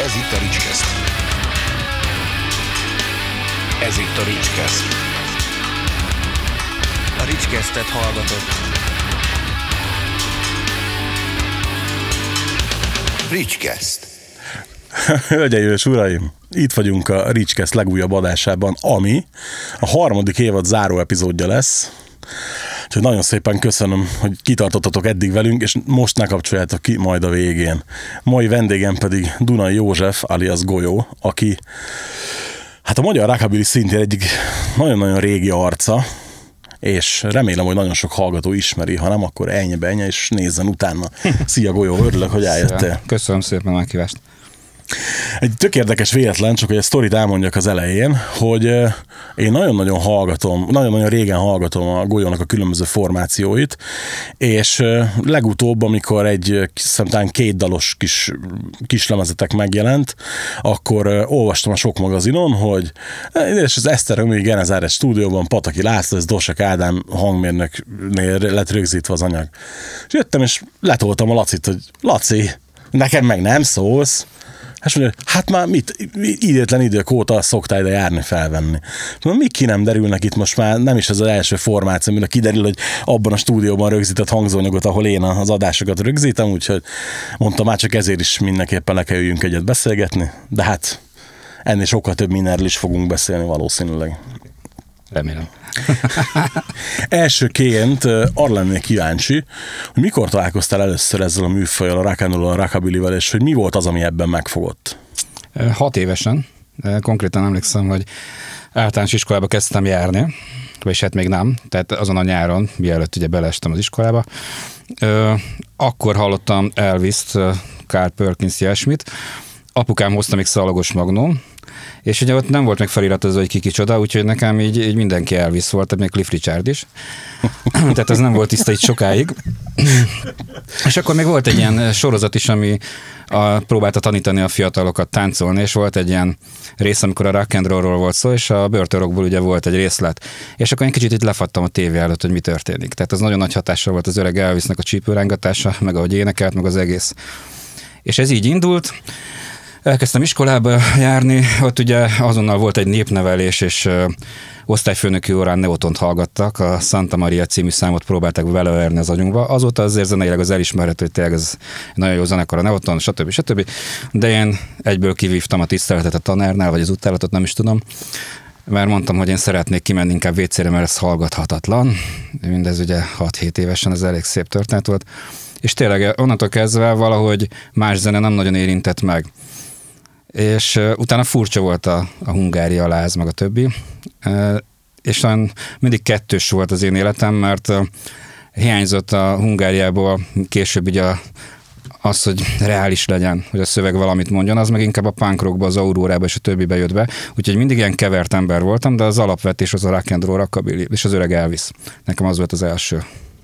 Ez itt a Ricskeszt. Ez itt a Ricskeszt. A Ricskesztet hallgatott. Ricskeszt. Hölgyeim és uraim, itt vagyunk a Ricskeszt legújabb adásában, ami a harmadik évad záró epizódja lesz. Úgyhogy nagyon szépen köszönöm, hogy kitartottatok eddig velünk, és most ne kapcsoljátok ki majd a végén. Mai vendégem pedig Dunai József, alias Golyó, aki hát a magyar rockabilly szintén egyik nagyon-nagyon régi arca, és remélem, hogy nagyon sok hallgató ismeri, ha nem, akkor ennyi, és nézzen utána. Szia Golyó, örülök, hogy eljöttél. Köszönöm szépen a meghívást. Egy tök érdekes véletlen, csak hogy egy sztorit elmondjak az elején, hogy én nagyon-nagyon régen hallgatom a Golyónak a különböző formációit, és legutóbb, amikor egy szerintem 2 dalos kis lemezetek megjelent, akkor olvastam a sok magazinon, hogy és az Esztergomi Genezáres stúdióban Pataki László, ez Dosek Ádám hangmérnöknél lett rögzítve az anyag. És jöttem, és letoltam a Lacit, hogy Laci, nekem meg nem szólsz. És mondja, hát már idétlen idők óta szoktál ide járni, felvenni. Mik ki nem derülnek itt most már, nem is ez az első formáció, mire kiderül, hogy abban a stúdióban rögzített hangzóanyagot, ahol én az adásokat rögzítem, úgyhogy mondtam, már csak ezért is mindenképpen le kell üljünk egyet beszélgetni, de hát ennél sokkal több mindenről is fogunk beszélni valószínűleg. Remélem. Elsőként arra lennék kíváncsi, hogy mikor találkoztál először ezzel a műfajjal, a rock and roll, a rockabillyvel, és hogy mi volt az, ami ebben megfogott? 6 évesen. Konkrétan emlékszem, hogy általános iskolába kezdtem járni, és hát még nem, tehát azon a nyáron, mielőtt ugye beleestem az iskolába, akkor hallottam Elvis-t, Carl Perkins, ilyesmit. Apukám hozta még szalagos magnum, és ugye ott nem volt meg feliratozva, hogy ki kicsoda, úgyhogy nekem így mindenki Elvis volt, tehát még Cliff Richard is. Tehát ez nem volt tiszta itt sokáig. És akkor még volt egy ilyen sorozat is, ami próbálta tanítani a fiatalokat táncolni, és volt egy ilyen rész, amikor a rock and rollról volt szó, és a Börtön Rockból ugye volt egy részlet. És akkor én kicsit itt lefattam a tévé előtt, hogy mi történik. Tehát az nagyon nagy hatással volt az öreg Elvisnek a csípőrángatása, meg ahogy énekelt, meg az egész. És ez így indult. Elkezdtem iskolába járni, ott ugye azonnal volt egy népnevelés, és osztályfőnöki órán Neotont hallgattak, a Santa Maria című számot próbálták beleverni az agyunkba. Azóta azért zeneileg az elismerhető, hogy tényleg ez nagyon jó zenekar a Neoton, stb. De én egyből kivívtam a tiszteletet a tanárnál, vagy az utálatot, nem is tudom. Mert mondtam, hogy én szeretnék kimenni inkább WC-re, mert ez hallgathatatlan. Mindez ugye 6-7 évesen, ez elég szép történet volt. És tényleg onnantól kezdve valahogy más zene nem nagyon érintett meg. És utána furcsa volt a Hungária, a Láz, meg a többi. És talán mindig kettős volt az én életem, mert hiányzott a Hungáriából később ugye az, hogy reális legyen, hogy a szöveg valamit mondjon, az meg inkább a punk rockba, az Aurórába és a többibe jött be. Úgyhogy mindig ilyen kevert ember voltam, de az alapvetés az a rock and roll, rockabilly, és az öreg Elvis. Nekem az volt az első.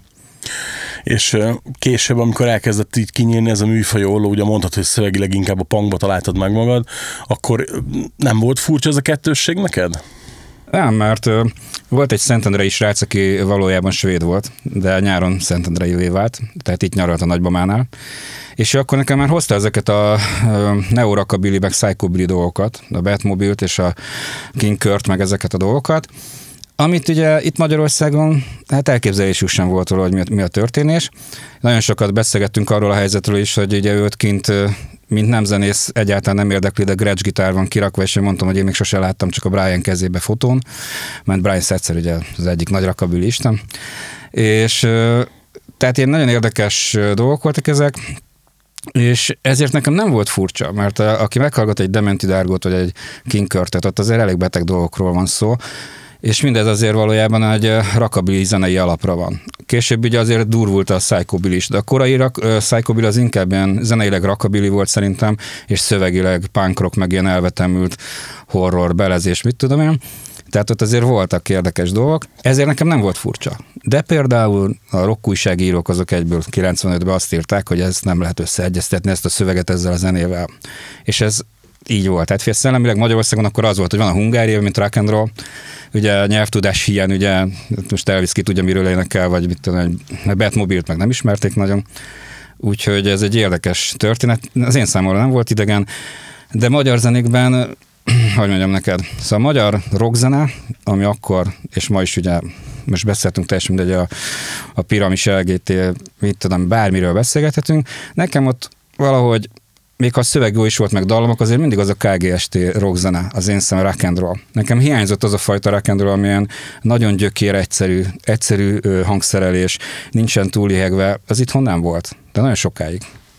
És később, amikor elkezdett így kinyílni ez a műfaj olló, ugye mondtad, hogy szövegileg inkább a punkba találtad meg magad, akkor nem volt furcsa ez a kettősség neked? Nem, mert volt egy szentendrei srác, aki valójában svéd volt, de nyáron szentendreivé vált, tehát itt nyaralt a nagymamánál. És akkor nekem már hozta ezeket a neo-rockabilly, meg psychobilly dolgokat, a Batmobilt és a King Kurt, meg ezeket a dolgokat, amit ugye itt Magyarországon hát elképzelésük sem volt róla, hogy mi a történés. Nagyon sokat beszélgettünk arról a helyzetről is, hogy ugye őt kint, mint nem zenész, egyáltalán nem érdekli, de Gretsch gitár van kirakva, és én mondtam, hogy én még sose láttam, csak a Brian kezébe fotón, mert Brian Setzer ugye az egyik nagy rockabilly isten. És tehát ilyen nagyon érdekes dolgok voltak ezek, és ezért nekem nem volt furcsa, mert aki meghallgat egy Dementi Dargot, vagy egy King Kurtet, ott azért elég beteg dolgokról van szó, és mindez azért valójában egy rockabilly zenei alapra van. Később ugye azért durvult a psychobilly is, de a korai psychobilly az inkább ilyen zeneileg rockabilly volt szerintem, és szövegileg punk rock, meg ilyen elvetemült horror, belezés, mit tudom én. Tehát ott azért voltak érdekes dolgok, ezért nekem nem volt furcsa. De például a rock újságírók azok egyből 95-ben azt írták, hogy ezt nem lehet összeegyeztetni, ezt a szöveget ezzel a zenével. És ez így volt. Tehát szellemileg Magyarországon akkor az volt, hogy van a Hungária, mint rock and roll, ugye a nyelvtudás hiány, ugye most Elvis ki tudja, miről énekel, vagy mit tudom, a Batmobilt meg nem ismerték nagyon. Úgyhogy ez egy érdekes történet. Az én számomra nem volt idegen. De magyar zenékben, hogy mondjam neked, szóval a magyar rockzene, ami akkor, és ma is ugye, most beszéltünk teljesen mindegy a Piramis, LGT, mit tudom, bármiről beszélgethetünk, nekem ott valahogy, még ha a szöveg jó is volt, meg dallamok, azért mindig az a KGST rockzene, az én szemem rock and roll. Nekem hiányzott az a fajta rock and roll, amilyen nagyon gyökér, egyszerű hangszerelés, nincsen túlihegve, az itthon nem volt, de nagyon sokáig.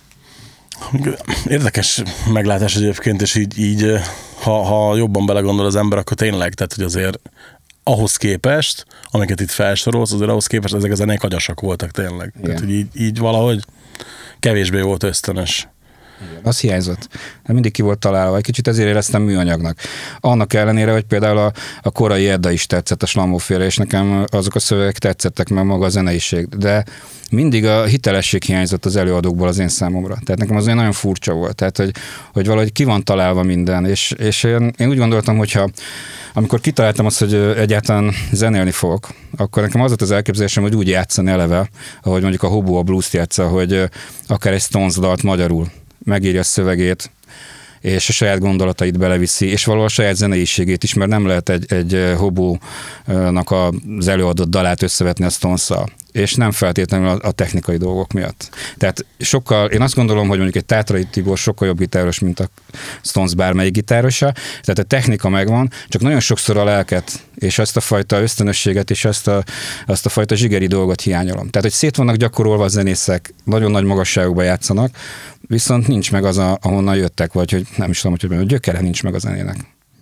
Érdekes meglátás egyébként, és így ha jobban belegondol az ember, akkor tényleg, tehát hogy azért ahhoz képest, amiket itt felsorolsz, azért ahhoz képest ezek a zenék agyasak voltak tényleg. Igen. Tehát, hogy így valahogy kevésbé volt ösztönös. Igen, az hiányzott. Mindig ki volt találva, egy kicsit ezért éreztem műanyagnak. Annak ellenére, hogy például a korai Edda is tetszett, a Slamóféle, és nekem azok a szövegek tetszettek, meg maga a zeneiség. De mindig a hitelesség hiányzott az előadókból az én számomra. Tehát nekem az olyan nagyon furcsa volt. Tehát, hogy valahogy ki van találva minden. És én úgy gondoltam, hogyha amikor kitaláltam azt, hogy egyáltalán zenélni fogok, akkor nekem az volt az elképzelésem, hogy úgy játszani eleve, ahogy mondjuk a Hobo a blues-t játsza, hogy akár egy Stones dalt magyarul megírja a szövegét, és a saját gondolatait beleviszi, és valahol a saját zeneiségét is, mert nem lehet egy Hobónak az előadott dalát összevetni a Stones-szal, és nem feltétlenül a technikai dolgok miatt. Tehát én azt gondolom, hogy mondjuk egy Tátrai Tibor sokkal jobb gitáros, mint a Stones bármelyik gitárosa, tehát a technika megvan, csak nagyon sokszor a lelket, és azt a fajta ösztönösséget, és azt a fajta zsigeri dolgot hiányolom. Tehát, hogy szét vannak gyakorolva a zenészek, nagyon nagy magasságokba játszanak, viszont nincs meg az, ahonnan jöttek, vagy hogy nem is tudom, hogy gyökere nincs meg a zenének.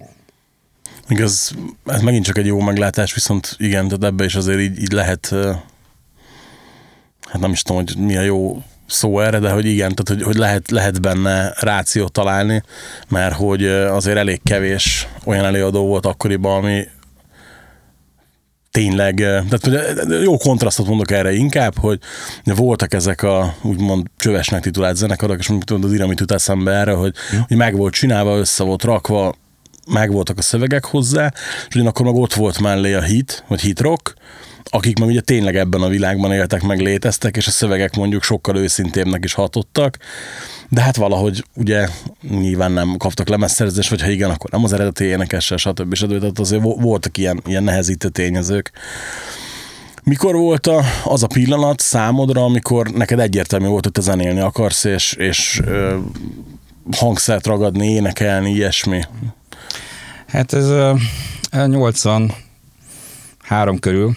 Igaz, ez megint csak egy jó meglátás, viszont igen, tehát ebbe is azért így lehet, hát nem is tudom, hogy mi a jó szó erre, de hogy igen, tehát hogy lehet benne rációt találni, mert hogy azért elég kevés olyan előadó volt akkoriban, ami tényleg, tehát jó kontrasztot mondok erre inkább, hogy voltak ezek a úgymond csövesnek titulált zenekarok, és mondjuk az Iramit jut eszembe erre, hogy meg volt csinálva, össze volt rakva, meg voltak a szövegek hozzá, és ugyanakkor meg ott volt mellé a hit, vagy hit rock, akik meg ugye tényleg ebben a világban éltek, meg léteztek, és a szövegek mondjuk sokkal őszintébbnek is hatottak, de hát valahogy ugye nyilván nem kaptak lemezszerzést, vagy ha igen, akkor nem az eredeti énekessel, stb. Tehát azért voltak ilyen nehezítő tényezők. Mikor volt az a pillanat számodra, amikor neked egyértelmű volt, hogy te zenélni akarsz, és hangszert ragadni, énekelni, ilyesmi? Hát ez 83 körül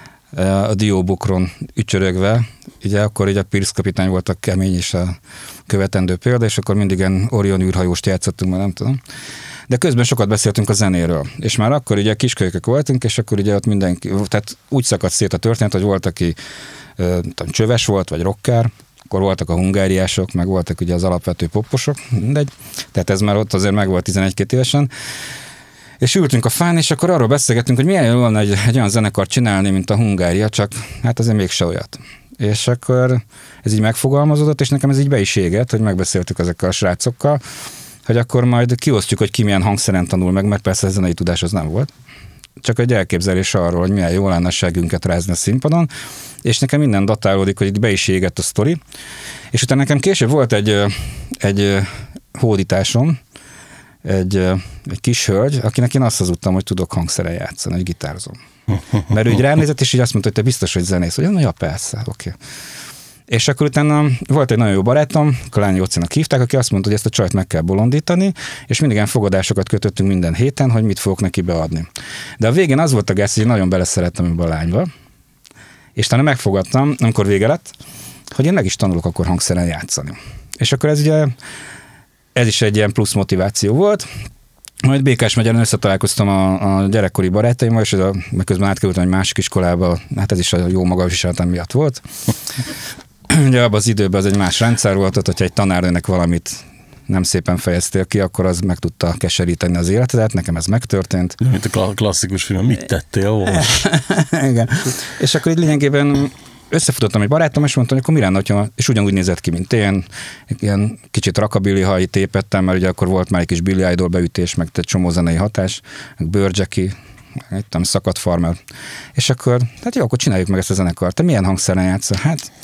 a Dióbukron ücsörögve, ugye akkor így a Pirsz kapitány volt a kemény és a követendő példa, és akkor mindig ilyen Orion űrhajóst játszottunk, már nem tudom. De közben sokat beszéltünk a zenéről, és már akkor ugye kiskölykök voltunk, és akkor ugye ott mindenki, tehát úgy szakadt szét a történet, hogy volt, aki csöves volt, vagy rocker, akkor voltak a hungáriások, meg voltak ugye az alapvető popposok, mindegy. Tehát ez már ott azért meg volt 11-2 évesen. És ültünk a fán, és akkor arról beszélgettünk, hogy milyen jó volna egy olyan zenekart csinálni, mint a Hungária, csak hát azért mégse olyat. És akkor ez így megfogalmazódott, és nekem ez így be is égett, hogy megbeszéltük ezekkel a srácokkal, hogy akkor majd kiosztjuk, hogy ki milyen hangszeren tanul meg, mert persze a zenei tudás az nem volt. Csak egy elképzelés arról, hogy milyen jó lenne a segünket rázni a színpadon, és nekem minden datálódik, hogy itt be is égett a sztori. És utána nekem később volt egy hódításom, egy kis hölgy, akinek én azt hazudtam, hogy tudok hangszeren játszani, hogy gitározom. Mert ő így ránézett, és így azt mondta, hogy te biztos, hogy zenész. Hogy ja, persze, oké. És akkor utána volt egy nagyon jó barátom, Kalányi Jocinak hívták, aki azt mondta, hogy ezt a csajt meg kell bolondítani, és mindig ilyen fogadásokat kötöttünk minden héten, hogy mit fogok neki beadni. De a végén az volt a gáz, hogy nagyon beleszerettem ebbe a lányba, és utána megfogadtam, amikor vége lett, hogy én meg is tanulok akkor hangszeren játszani. És akkor ez ugye ez is egy ilyen plusz motiváció volt. Majd Békás megyeren összetalálkoztam a gyerekkori barátaimmal, és közben átkerültem egy másik iskolába, hát ez is a jó magaviseletem miatt volt. Ugye abban az időben az egy más rendszer volt, ott, hogyha egy tanárnőnek valamit nem szépen fejeztél ki, akkor az meg tudta keseríteni az életedet, nekem ez megtörtént. Mint a klasszikus film, mit tettél? Igen. És akkor így lényegében összefutottam egy barátom, és mondtam, hogy akkor mi lenne, hogyha, és ugyanúgy nézett ki, mint én, ilyen kicsit rockabilly hajt tépettem, mert ugye akkor volt már egy kis Billy Idol beütés, meg egy csomó zenei hatás, meg Bőrdzseki, Szakadt Farmer. És akkor, hát jó, akkor csináljuk meg ezt a zenekart. Te milyen hangszeren játszol? Hát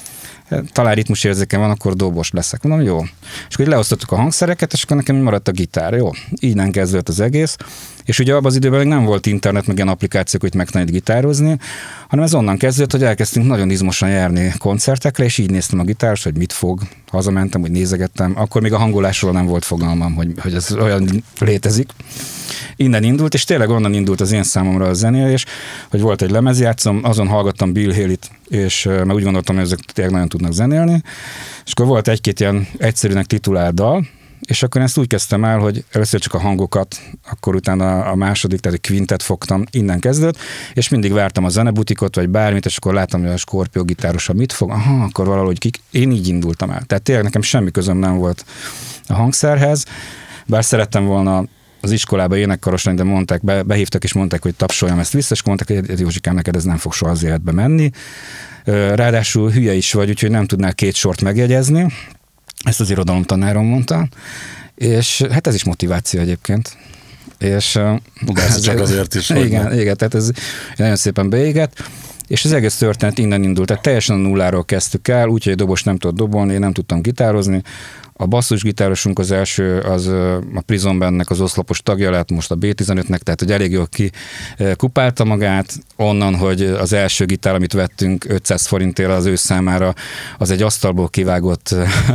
talán ritmusérzéken van, akkor dobos leszek. Mondom, jó. És akkor leosztottuk a hangszereket, és akkor nekem maradt a gitár. Jó, így nem kezdődött az egész. És ugye abban az időben még nem volt internet, meg ilyen applikációk, hogy megtanít gitározni, hanem ez onnan kezdődött, hogy elkezdtünk nagyon izmosan járni koncertekre, és így néztem a gitáros, hogy mit fog. Hazamentem, hogy nézegettem. Akkor még a hangolásról nem volt fogalmam, hogy ez olyan létezik. Innen indult, és tényleg onnan indult az én számomra a zenélés, hogy volt egy lemezjátszom, azon hallgattam Bill Haley-t, és mert úgy gondoltam, hogy ezek tényleg nagyon tudnak zenélni, és akkor volt egy-két ilyen egyszerűnek titulár dal, és akkor ezt úgy kezdtem el, hogy először csak a hangokat, akkor utána a második, tehát a quintet fogtam, innen kezdődött, és mindig vártam a zenebutikot, vagy bármit, és akkor láttam, hogy a Scorpio gitárosa mit fog, akkor valahogy én így indultam el. Tehát tényleg nekem semmi közöm nem volt a hangszerhez, bár szerettem volna az iskolába énekkarosni, de mondták, behívtak és mondták, hogy tapsoljam ezt vissza, és mondták, hogy Józsikám, neked ez nem fog soha az életbe menni. Ráadásul hülye is vagy, úgyhogy nem tudnál 2 sort megjegyezni. Ezt az irodalomtanárom mondta. És hát ez is motiváció egyébként. És, de ez csak azért is. Igen, tehát ez nagyon szépen beégett. És az egész történet innen indult. Tehát teljesen a nulláról kezdtük el, úgyhogy a dobos nem tudott dobolni, én nem tudtam gitározni. A basszusgitárosunk az első, az a Prison Bandnek az oszlopos tagja lett, most a B15-nek, tehát hogy elég jól kikupálta magát, onnan, hogy az első gitár, amit vettünk 500 forintért az ő számára, az egy asztalból kivágott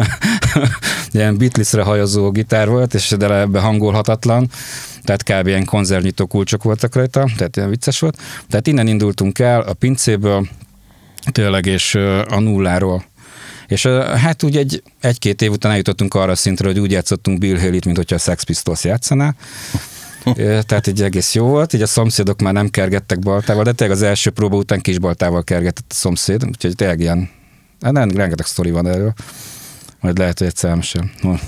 ilyen Beatlesre hajazó gitár volt, és de ebbe hangolhatatlan, tehát kb. Ilyen konzervnyitó kulcsok voltak rajta, tehát ilyen vicces volt. Tehát innen indultunk el a pincéből, tényleg, és a nulláról. És hát úgy egy-két év után eljutottunk arra a szintre, hogy úgy játszottunk Bill Haley-t, mint hogyha a Sex Pistols játszaná. Tehát így egész jó volt, így a szomszédok már nem kergettek baltával, de tényleg az első próba után kis baltával kergetett a szomszéd, úgyhogy tényleg ilyen, nem, rengeteg sztori van erről. Majd lehet, hogy egyszer elmesélem.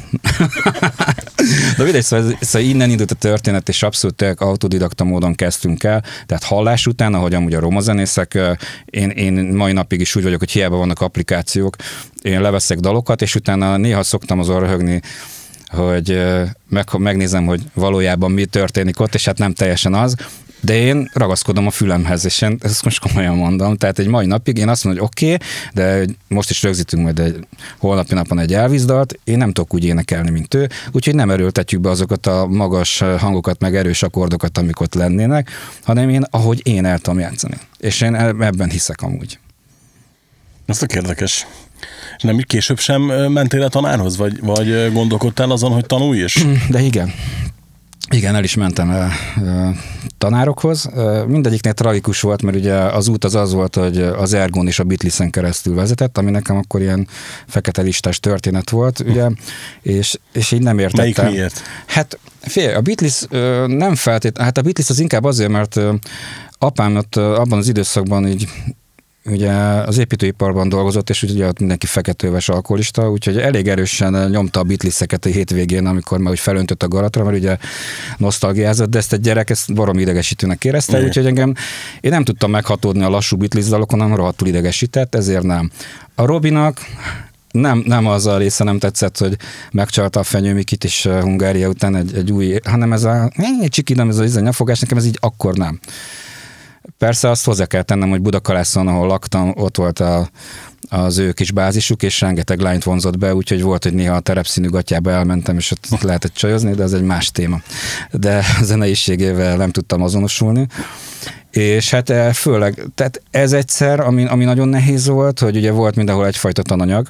De mindegy, szóval innen indult a történet, és abszolút autodidakta módon kezdtünk el, tehát hallás után, ahogy amúgy a roma zenészek, én mai napig is úgy vagyok, hogy hiába vannak applikációk, én leveszek dalokat, és utána néha szoktam azon röhögni, hogy megnézem, hogy valójában mi történik ott, és hát nem teljesen az, de én ragaszkodom a fülemhez, és én ezt most komolyan mondom. Tehát egy mai napig én azt mondom, hogy oké, de most is rögzítünk majd egy holnapi napon egy Elvis dalt, én nem tudok úgy énekelni, mint ő, úgyhogy nem erőltetjük be azokat a magas hangokat, meg erős akkordokat, amik ott lennének, hanem én, ahogy én el tudom játszani. És én ebben hiszek amúgy. Ez tök érdekes. És nem így később sem mentél a tanárhoz, vagy gondolkodtál azon, hogy tanulj is? De igen. Igen, el is mentem tanárokhoz. Mindegyiknél tragikus volt, mert ugye az út az volt, hogy az Ergon és a Beatlesen keresztül vezetett, ami nekem akkor ilyen fekete listás történet volt, ugye, és így nem értettem. Melyik miért? Hát a Beatles nem feltétlenül, hát a Beatles az inkább azért, mert apám ott abban az időszakban így ugye az építőiparban dolgozott, és ugye ott mindenki feketőves alkoholista, úgyhogy elég erősen nyomta a Beatleseket a hétvégén, amikor már úgy felöntött a garatra, mert ugye nosztalgiázott, de ezt egy gyerek ezt baromi idegesítőnek érezte, úgyhogy én nem tudtam meghatódni a lassú Beatles dalokon, hanem rohadtul idegesített, ezért nem. A Robinak nem az a része nem tetszett, hogy megcsalta a Fenyőmikit is Hungária után egy új, hanem ez a csikidem, ez a nyafogás, nekem ez így akkor nem. Persze azt hozzá kell tennem, hogy Budakalászon, ahol laktam, ott volt az ő kis bázisuk, és rengeteg lányt vonzott be, úgyhogy volt, hogy néha a terepszínű gatyába elmentem, és ott lehetett csajozni, de ez egy más téma. De a zeneiségével nem tudtam azonosulni. És hát főleg, tehát ez egyszer, ami nagyon nehéz volt, hogy ugye volt mindenhol egyfajta tananyag,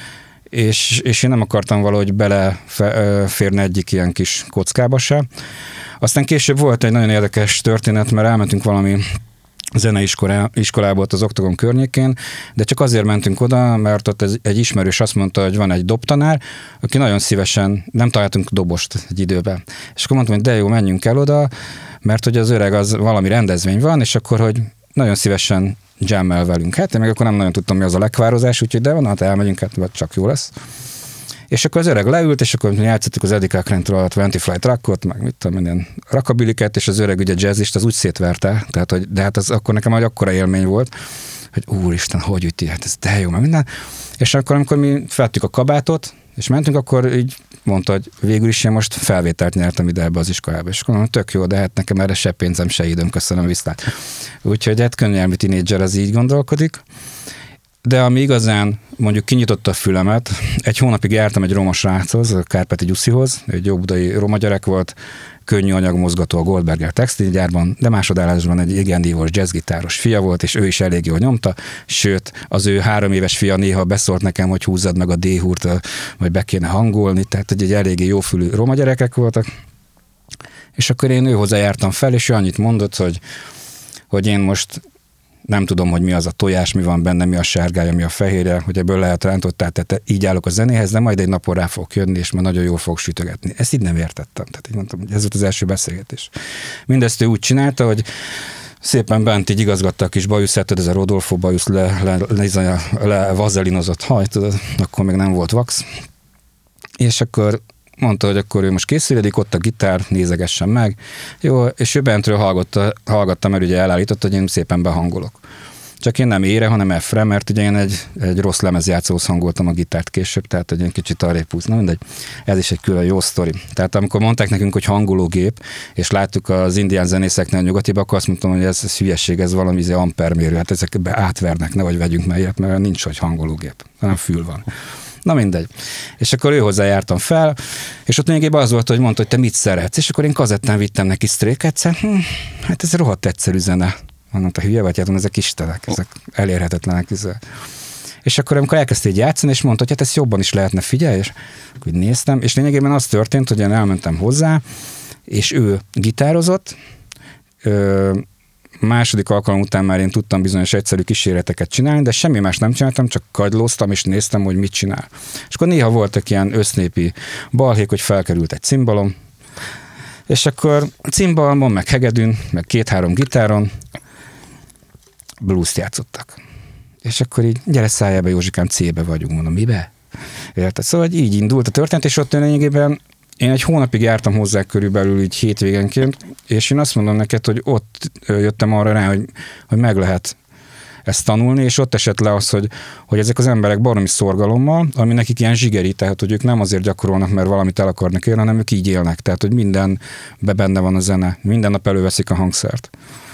és én nem akartam valahogy beleférni egyik ilyen kis kockába se. Aztán később volt egy nagyon érdekes történet, mert elmentünk valami zeneiskolába ott az Oktogon környékén, de csak azért mentünk oda, mert ott egy ismerős azt mondta, hogy van egy dobtanár, aki nagyon szívesen, nem találtunk dobost egy időben. És akkor mondtam, hogy de jó, menjünk el oda, mert hogy az öreg az valami rendezvény van, és akkor, hogy nagyon szívesen jammel velünk. Hát én meg akkor nem nagyon tudtam, mi az a lekvározás, úgyhogy de van, hát elmegyünk, hát csak jó lesz. És akkor az öreg leült, és akkor játszottuk az Eddie Cochran-től a 20 Flight Rockot, meg mit tudom, ilyen rockabiliket, és az öreg ugye jazzist, az úgy szétverte, tehát, hogy, de hát az akkor nekem egy akkora élmény volt, hogy úristen, hogy üti, hát ez de jó, meg minden. És akkor, amikor mi felvettük a kabátot, és mentünk, akkor így mondta, hogy végül is én most felvételt nyertem ide ebbe az iskolába. És akkor mondom, tök jó, de hát nekem erre se pénzem, se időm, köszönöm, viszlát. Úgyhogy hát könnyelmű tínédzser az így gondolkodik. De ami igazán mondjuk kinyitotta a fülemet, egy hónapig jártam egy roma sráchoz, a Kárpáti Gyuszihoz, egy jobbudai roma gyerek volt, könnyű anyagmozgató a Goldberger textilgyárban, de másodállásban egy igen dívós jazzgitáros fia volt, és ő is elég jól nyomta, sőt, az ő 3 éves fia néha beszólt nekem, hogy húzzad meg a D-húrt, vagy be kéne hangolni, tehát egy eléggé jófülű roma gyerekek voltak. És akkor én ő hozzájártam fel, és ő annyit mondott, hogy én most nem tudom, hogy mi az a tojás, mi van benne, mi a sárgája, mi a fehérje, hogy ebből lehet rántottál, tehát így állok a zenéhez, de majd egy napon rá fogok jönni, és már nagyon jól fog sütögetni. Ezt így nem értettem. Tehát így mondtam, hogy ez volt az első beszélgetés. Mindezt ő úgy csinálta, hogy szépen bent így igazgatta a kis bajuszát, ez a Rodolfo bajusz le vazelinozott haj, tudod, akkor még nem volt vax. És akkor mondta, hogy akkor ő most készüledik, ott a gitár, nézegessen meg. Jó, és ő bentről hallgatta, mert ugye elállított, hogy én szépen behangolok. Csak én nem ére, hanem F-re, mert ugye én egy rossz lemezjátszóhoz hangoltam a gitárt később, tehát hogy én kicsit arrébb húzna, mindegy. Ez is egy külön jó sztori. Tehát amikor mondták nekünk, hogy hangológép, és láttuk az indián zenészeknél nyugatiba, akkor azt mondtam, hogy ez hülyeség, ez valami ampermérő, hát ezekbe átvernek, nehogy vegyünk meg ilyet, mert nincs, hogy hangológép, hanem fül van. Na mindegy. És akkor ő hozzájártam fel, és ott lényegében az volt, hogy mondta, hogy te mit szeretsz, és akkor én kazettán vittem neki Stray Cats-et, hát ez rohadt egyszerű zene. Mondom, te hülye vagy, hát ezek istenek, ezek elérhetetlenek. És akkor amikor elkezdte így játszani, és mondta, hogy hát ezt jobban is lehetne, figyelj, és akkor néztem, és lényegében az történt, hogy én elmentem hozzá, és ő gitározott, második alkalom után már én tudtam bizonyos egyszerű kísérleteket csinálni, de semmi más nem csináltam, csak kagylóztam, és néztem, hogy mit csinál. És akkor néha voltak ilyen össznépi balhék, hogy felkerült egy cimbalom, és akkor cimbalmon, meg hegedűn, meg 2-3 gitáron blues-t játszottak. És akkor így, gyere szájába, Józsikám, C-be vagyunk, mondom, mibe? Érted? Szóval így indult a történet, és ott lényegében én egy hónapig jártam hozzá körülbelül így hétvégenként, és én azt mondom neked, hogy ott jöttem arra rá, hogy meg lehet ezt tanulni, és ott esett le az, hogy ezek az emberek baromi szorgalommal, ami nekik ilyen zsigeri, tehát hogy ők nem azért gyakorolnak, mert valamit el akarnak érni, hanem ők így élnek, tehát hogy mindenbe benne van a zene, minden nap előveszik a hangszert.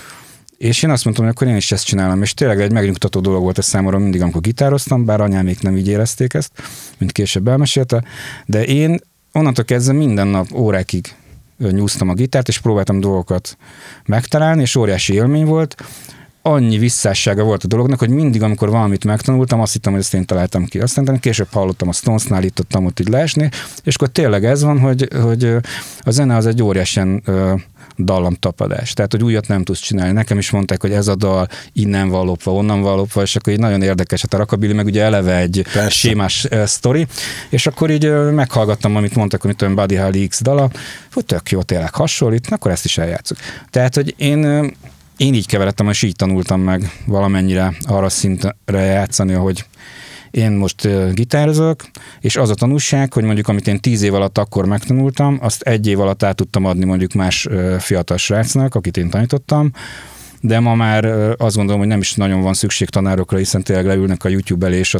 És én azt mondtam, hogy akkor én is ezt csinálom, és tényleg egy megnyugtató dolog volt ez számomra mindig, amikor gitároztam, bár anyámék nem így érezték ezt, mint később elmesélte, de én onnantól kezdve minden nap órákig nyúztam a gitárt, és próbáltam dolgokat megtalálni, és óriási élmény volt. Annyi visszássága volt a dolognak, hogy mindig, amikor valamit megtanultam, azt hittem, hogy ezt én találtam ki. Aztán később hallottam a Stonesnál, itt tudtam ott így leesni, és akkor tényleg ez van, hogy a zene az egy óriási dallamtapadás. Tehát, hogy újat nem tudsz csinálni. Nekem is mondták, hogy ez a dal innen van lopva, onnan van lopva, és akkor így nagyon érdekes. Hát a rockabilly meg ugye eleve egy sémás sztori, és akkor így meghallgattam, amit mondtak, hogy tudom, Buddy Holly X dala, hogy tök jó, tényleg hasonlít, akkor ezt is eljátszuk. Tehát, hogy én így keveredtem, és így tanultam meg valamennyire arra szintre játszani, hogy én most gitározok, és az a tanulság, hogy mondjuk amit én 10 év alatt akkor megtanultam, azt 1 év alatt át tudtam adni mondjuk más fiatal srácnak, akit én tanítottam, de ma már azt gondolom, hogy nem is nagyon van szükség tanárokra, hiszen tényleg leülnek a YouTube elé, és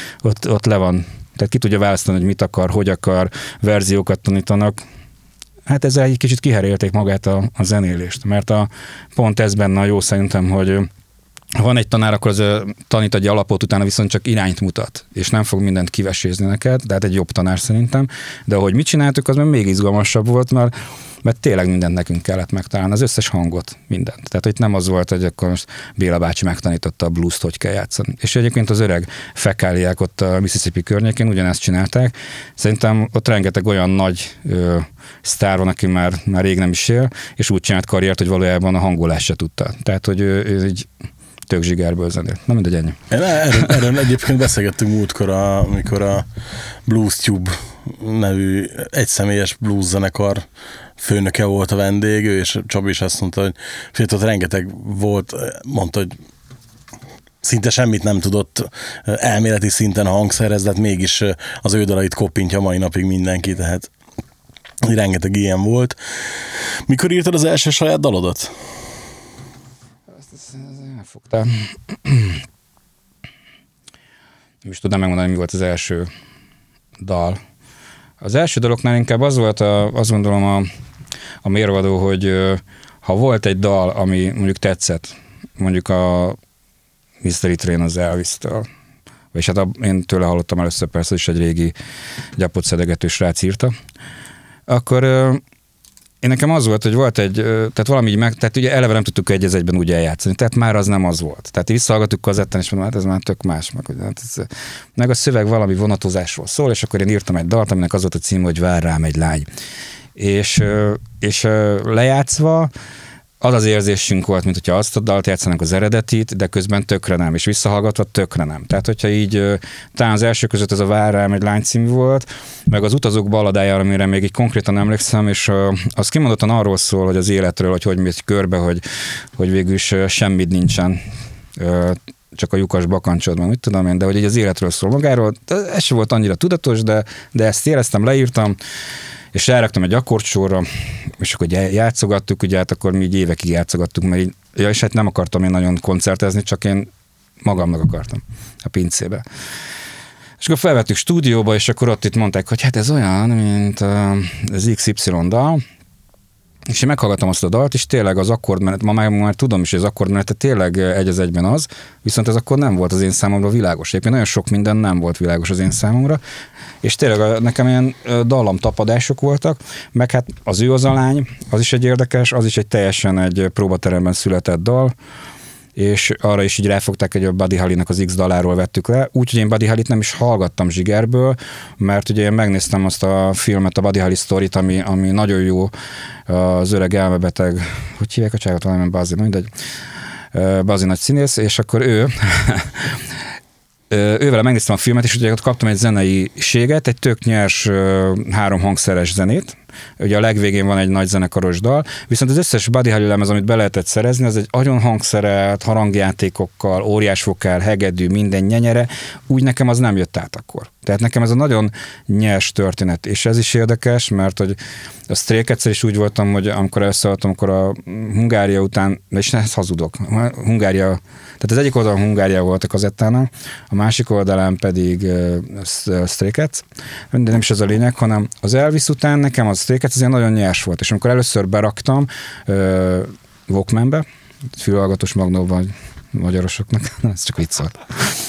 ott le van. Tehát ki tudja választani, hogy mit akar, hogy akar, verziókat tanítanak. Hát ezzel egy kicsit kiherélték magát a zenélést, mert pont ez benne a jó szerintem, hogy ha van egy tanár, akkor az tanít egy alapot, utána viszont csak irányt mutat, és nem fog mindent kivesézni neked, de hát egy jobb tanár szerintem. De ahogy mit csináltuk, az még izgalmasabb volt, mert tényleg mindent nekünk kellett megtalálni, az összes hangot, mindent. Tehát itt nem az volt, hogy akkor most Béla bácsi megtanította a blues-t, hogy kell játszani. És egyébként az öreg fekáliák ott a Mississippi környékén ugyanezt csinálták. Szerintem ott rengeteg olyan nagy sztár van, aki már rég nem is él, és úgy csinált karriert, hogy valójában a hangolást se tudta. Tehát, hogy ő így tök zsigerből zenélt. Na mindegy, ennyi. Erről egyébként beszélgettünk múltkor, amikor a Blues Tube nevű egyszemélyes blues zenekar főnöke volt a vendég, és Csabi is azt mondta, hogy fiatal rengeteg volt, mondta, hogy szinte semmit nem tudott elméleti szinten a hangszerhez, de hát mégis az ő dalait koppintja mai napig mindenki, tehát rengeteg ilyen volt. Mikor írtad az első saját dalodat? Elfogtál. Nem is tudnám megmondani, mi volt az első dal. Az első daloknál inkább az volt, azt gondolom a mérvadó, hogy ha volt egy dal, ami mondjuk tetszett, mondjuk a Mystery Train az Elvis-től, és hát én tőle hallottam először, persze is egy régi gyapot szedegető srác írta, akkor én nekem az volt, hogy volt egy, tehát valami így tehát ugye eleve nem tudtuk egy egyben úgy eljátszani, tehát már az nem az volt. Tehát visszahallgattuk kazettán, és mondom, hát ez már tök más, meg a szöveg valami vonatozásról szól, és akkor én írtam egy dalt, aminek az volt a cím, hogy Vár rám egy lány. És lejátszva az az érzésünk volt, mint hogyha azt a dalt játszanak az eredetit, de közben tökre nem, és visszahallgatva tökre nem. Tehát, hogyha így talán az első között ez a Vár rám egy lány című volt, meg az Utazók balladája, amire még így konkrétan emlékszem, és az kimondottan arról szól, hogy az életről, hogy megy körbe, hogy végül is semmit nincsen, csak a lyukas bakancsod, meg mit tudom én, de hogy így az életről szól magáról. Ez sem volt annyira tudatos, de ezt éreztem, leírtam, és ráraktam egy akkordsorra, és akkor játszogattuk, ugye hát akkor mi így évekig játszogattuk, mert így, és hát nem akartam én nagyon koncertezni, csak én magamnak akartam a pincébe. És akkor felvettük stúdióba, és akkor ott itt mondták, hogy hát ez olyan, mint az XY dal, és én meghallgattam azt a dalt, és tényleg az akkordmenet, ma már tudom is, hogy az akkordmenet tényleg egy az egyben az, viszont ez akkor nem volt az én számomra világos. Egyébként nagyon sok minden nem volt világos az én számomra, és tényleg nekem ilyen dallamtapadások voltak, meg hát az Ő az a lány, az is egy érdekes, az is egy teljesen egy próbateremben született dal, és arra is így ráfogták, hogy a Buddy Holly-nak az X daláról vettük le, úgyhogy én Buddy Hollyt nem is hallgattam zsigerből, mert ugye én megnéztem azt a filmet, a Buddy Holly Storyt, ami nagyon jó, az öreg elmebeteg, hogy hívják a cságot, valami Bazi, mindegy, Bazi nagy színész, és akkor ővele megnéztem a filmet, és ugye ott kaptam egy zeneiséget, egy tök nyers 3 hangszeres zenét, ugye a legvégén van egy nagy zenekaros dal, viszont az összes Buddy Holly lemez, amit be lehetett szerezni, az egy nagyon hangszerelt, harangjátékokkal, óriásvokál, hegedű, minden nyenyere, úgy nekem az nem jött át akkor. Tehát nekem ez a nagyon nyers történet, és ez is érdekes, mert hogy a Stray Cats-el is úgy voltam, hogy amikor összeadtam, akkor a Hungária után, és ezt hazudok, Hungária, tehát az egyik oldalon Hungária volt a kazettánál, a másik oldalán pedig Stray Cats, de nem is ez a lényeg, hanem az Elvis után nekem az Stray Cats azért nagyon nyers volt, és amikor először beraktam Walkmanbe, fülhallgatós magnóban magyarosoknak, ez csak vicc volt,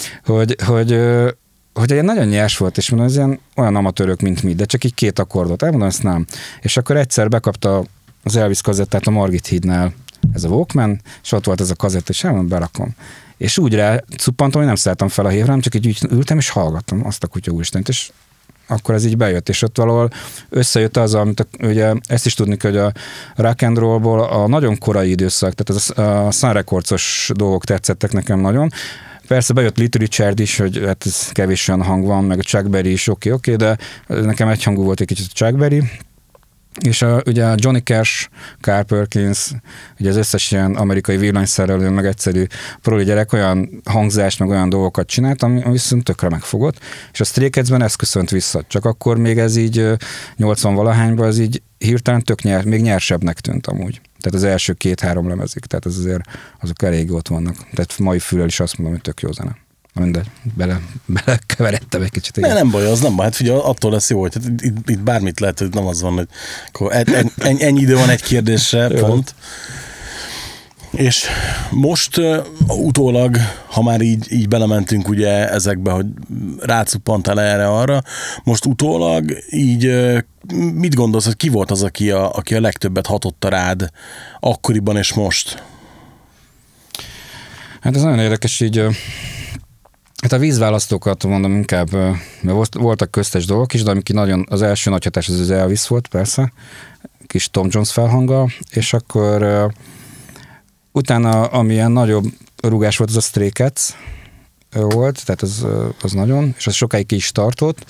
hogy egy nagyon nyers volt, és mondom, ez ilyen olyan amatőrök, mint mi, de csak így 2 akkordot, elmondom, ezt nem. És akkor egyszer bekapta az Elvis kazettát a Margit hídnál, ez a Walkman, és ott volt ez a kazetta, és elmondom, berakom. És úgy rá cuppantom, hogy nem szálltam fel a hívra, csak így ültem, és hallgattam azt a kutya úristent, és akkor ez így bejött, és ott valahol összejött az, amit ugye ezt is tudni kell, hogy a rock and rollból a nagyon korai időszak, tehát a Sun Records-os dolgok tetszettek nekem nagyon. Persze bejött Little Richard is, hogy hát ez kevés olyan hang van, meg a Chuck Berry is oké, de nekem egyhangú volt egy kicsit a Chuck Berry, és ugye a Johnny Cash, Carl Perkins, ugye az összes ilyen amerikai villanyszerelő, meg egyszerű proli gyerek olyan hangzást, meg olyan dolgokat csinált, ami viszont tökre megfogott, és a Stray Cats-ben ez köszönt vissza. Csak akkor még ez így 80-valahányban ez így hirtelen még nyersebbnek tűnt amúgy. Tehát az első 2-3 lemezig, tehát ez azért azok elég ott vannak. Tehát mai füllel is azt mondom, hogy tök jó zene. Mindegy, belekeveredtem egy kicsit. Nem baj, az nem baj. Hát figyelj, attól lesz jó, hogy itt bármit lehet, hogy nem az van, hogy akkor ennyi idő van egy kérdésre, pont. És most utólag, ha már így belementünk ugye ezekbe, hogy rácuppantál erre-arra, most utólag így mit gondolsz, hogy ki volt az, aki a legtöbbet hatotta rád akkoriban és most? Hát ez nagyon érdekes így. Hát a vízválasztókat mondom inkább, mert voltak köztes dolgok is, de amik nagyon, az első nagy hatás az Elvis volt, persze, kis Tom Jones felhanggal, és akkor utána, amilyen nagyobb rugás volt, az a Stray Cats volt, tehát az nagyon, és az sokáig ki is tartott,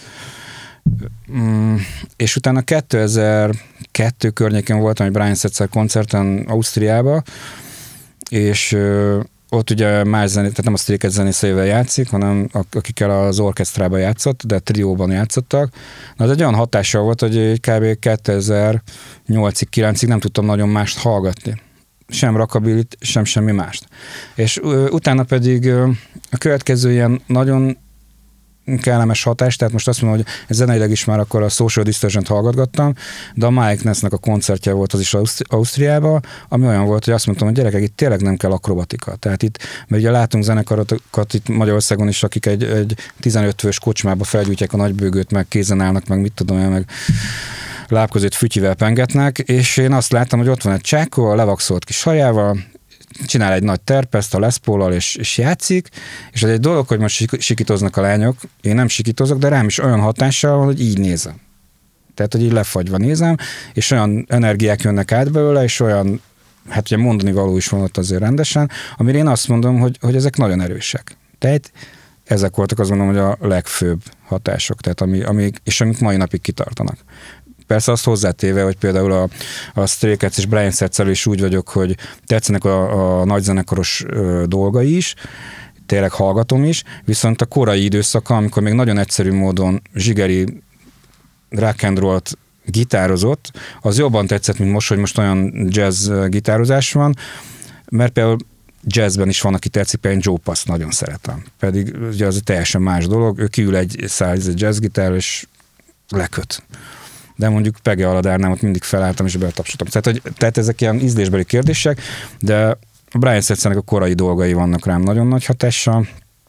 és utána 2002 környéken voltam egy Brian Setzer koncerten Ausztriába, és ott ugye más zenét, tehát nem a Stray Cats zenészeivel játszik, hanem akikkel az orkesztrában játszott, de trióban játszottak. Na, az egy olyan hatással volt, hogy kb. 2008-9-ig nem tudtam nagyon mást hallgatni. Sem rockabilit, sem semmi mást. És utána pedig a következő ilyen nagyon kellemes hatás, tehát most azt mondom, hogy zeneileg is már akkor a Social Distortion-t hallgatgattam, de a Mike Ness-nek a koncertje volt az is Ausztriában, ami olyan volt, hogy azt mondtam, hogy gyerekek, itt tényleg nem kell akrobatika. Tehát itt, mert ugye látunk zenekarokat itt Magyarországon is, akik egy 15 fős kocsmába felgyújtják a nagybőgőt, meg kézen állnak, meg mit tudom én, meg láb között fütyivel pengetnek, és én azt láttam, hogy ott van egy csákó, a levaxolt kis hajával, csinál egy nagy terpezt a Les Paul-al, és játszik, és ez egy dolog, hogy most sikítoznak a lányok, én nem sikítozok, de rám is olyan hatással van, hogy így nézem. Tehát, hogy így lefagyva nézem, és olyan energiák jönnek át belőle, és olyan, hát ugye mondani való is van ott azért rendesen, amire én azt mondom, hogy ezek nagyon erősek. Tehát ezek voltak azt mondom, hogy a legfőbb hatások, tehát amik mai napig kitartanak. Persze azt hozzátéve, hogy például a Stray Cats és Brian Setzer is úgy vagyok, hogy tetszenek a nagyzenekaros dolgai is, tényleg hallgatom is, viszont a korai időszaka, amikor még nagyon egyszerű módon zsigeri rock and rollt gitározott, az jobban tetszett, mint most, hogy most olyan jazz gitározás van, mert például jazzben is van, aki tetszik, például Joe Pass nagyon szeretem. Pedig ugye az teljesen más dolog, ő kiül egy jazzgitár, és leköt. De mondjuk Pege Aladárnál ott mindig felálltam, és betapsoltam. Tehát ezek ilyen ízlésbeli kérdések, de a Brian Setzernek a korai dolgai vannak rám nagyon nagy hatással.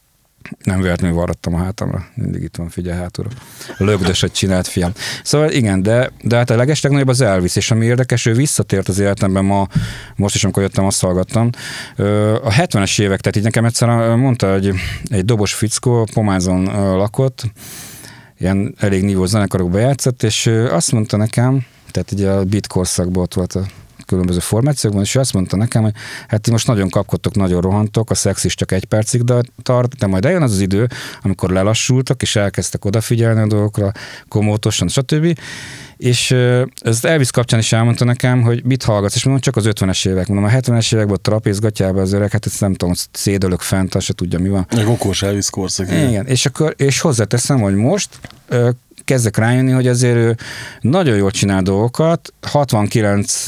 Nem véletlenül varrattam a hátamra. Mindig itt van, figyelj hátulra. Lögdösöt csinált, fiam. Szóval igen, de hát a legeslegnagyobb az Elvis, és ami érdekes, ő visszatért az életemben most is, amikor jöttem, azt hallgattam. A 70-es évek, tehát így nekem egyszer mondta, hogy egy dobos fickó Pomázon lakott, ilyen elég nívós zenekarokba játszott, és azt mondta nekem, tehát ugye a beat korszakban ott volt a különböző formációkban, és ő azt mondta nekem, hogy hát ti most nagyon kapkodtok, nagyon rohantok, a szex is csak 1 percig tart, de majd eljön az idő, amikor lelassultak, és elkezdtek odafigyelni a dolgokra, komótosan, stb. És ezt Elvis kapcsán is elmondta nekem, hogy mit hallgatsz, és mondom, csak az 50-es évek. Mondom, a 70-es években a trapézgatjában az öreg, hát ezt nem tudom, szédölök fent, azt se tudja, mi van. Egy okos Elvis korszak. Igen, és hozzáteszem, hogy most kezdek rájönni, hogy azért ő nagyon jól csinál dolgokat, 69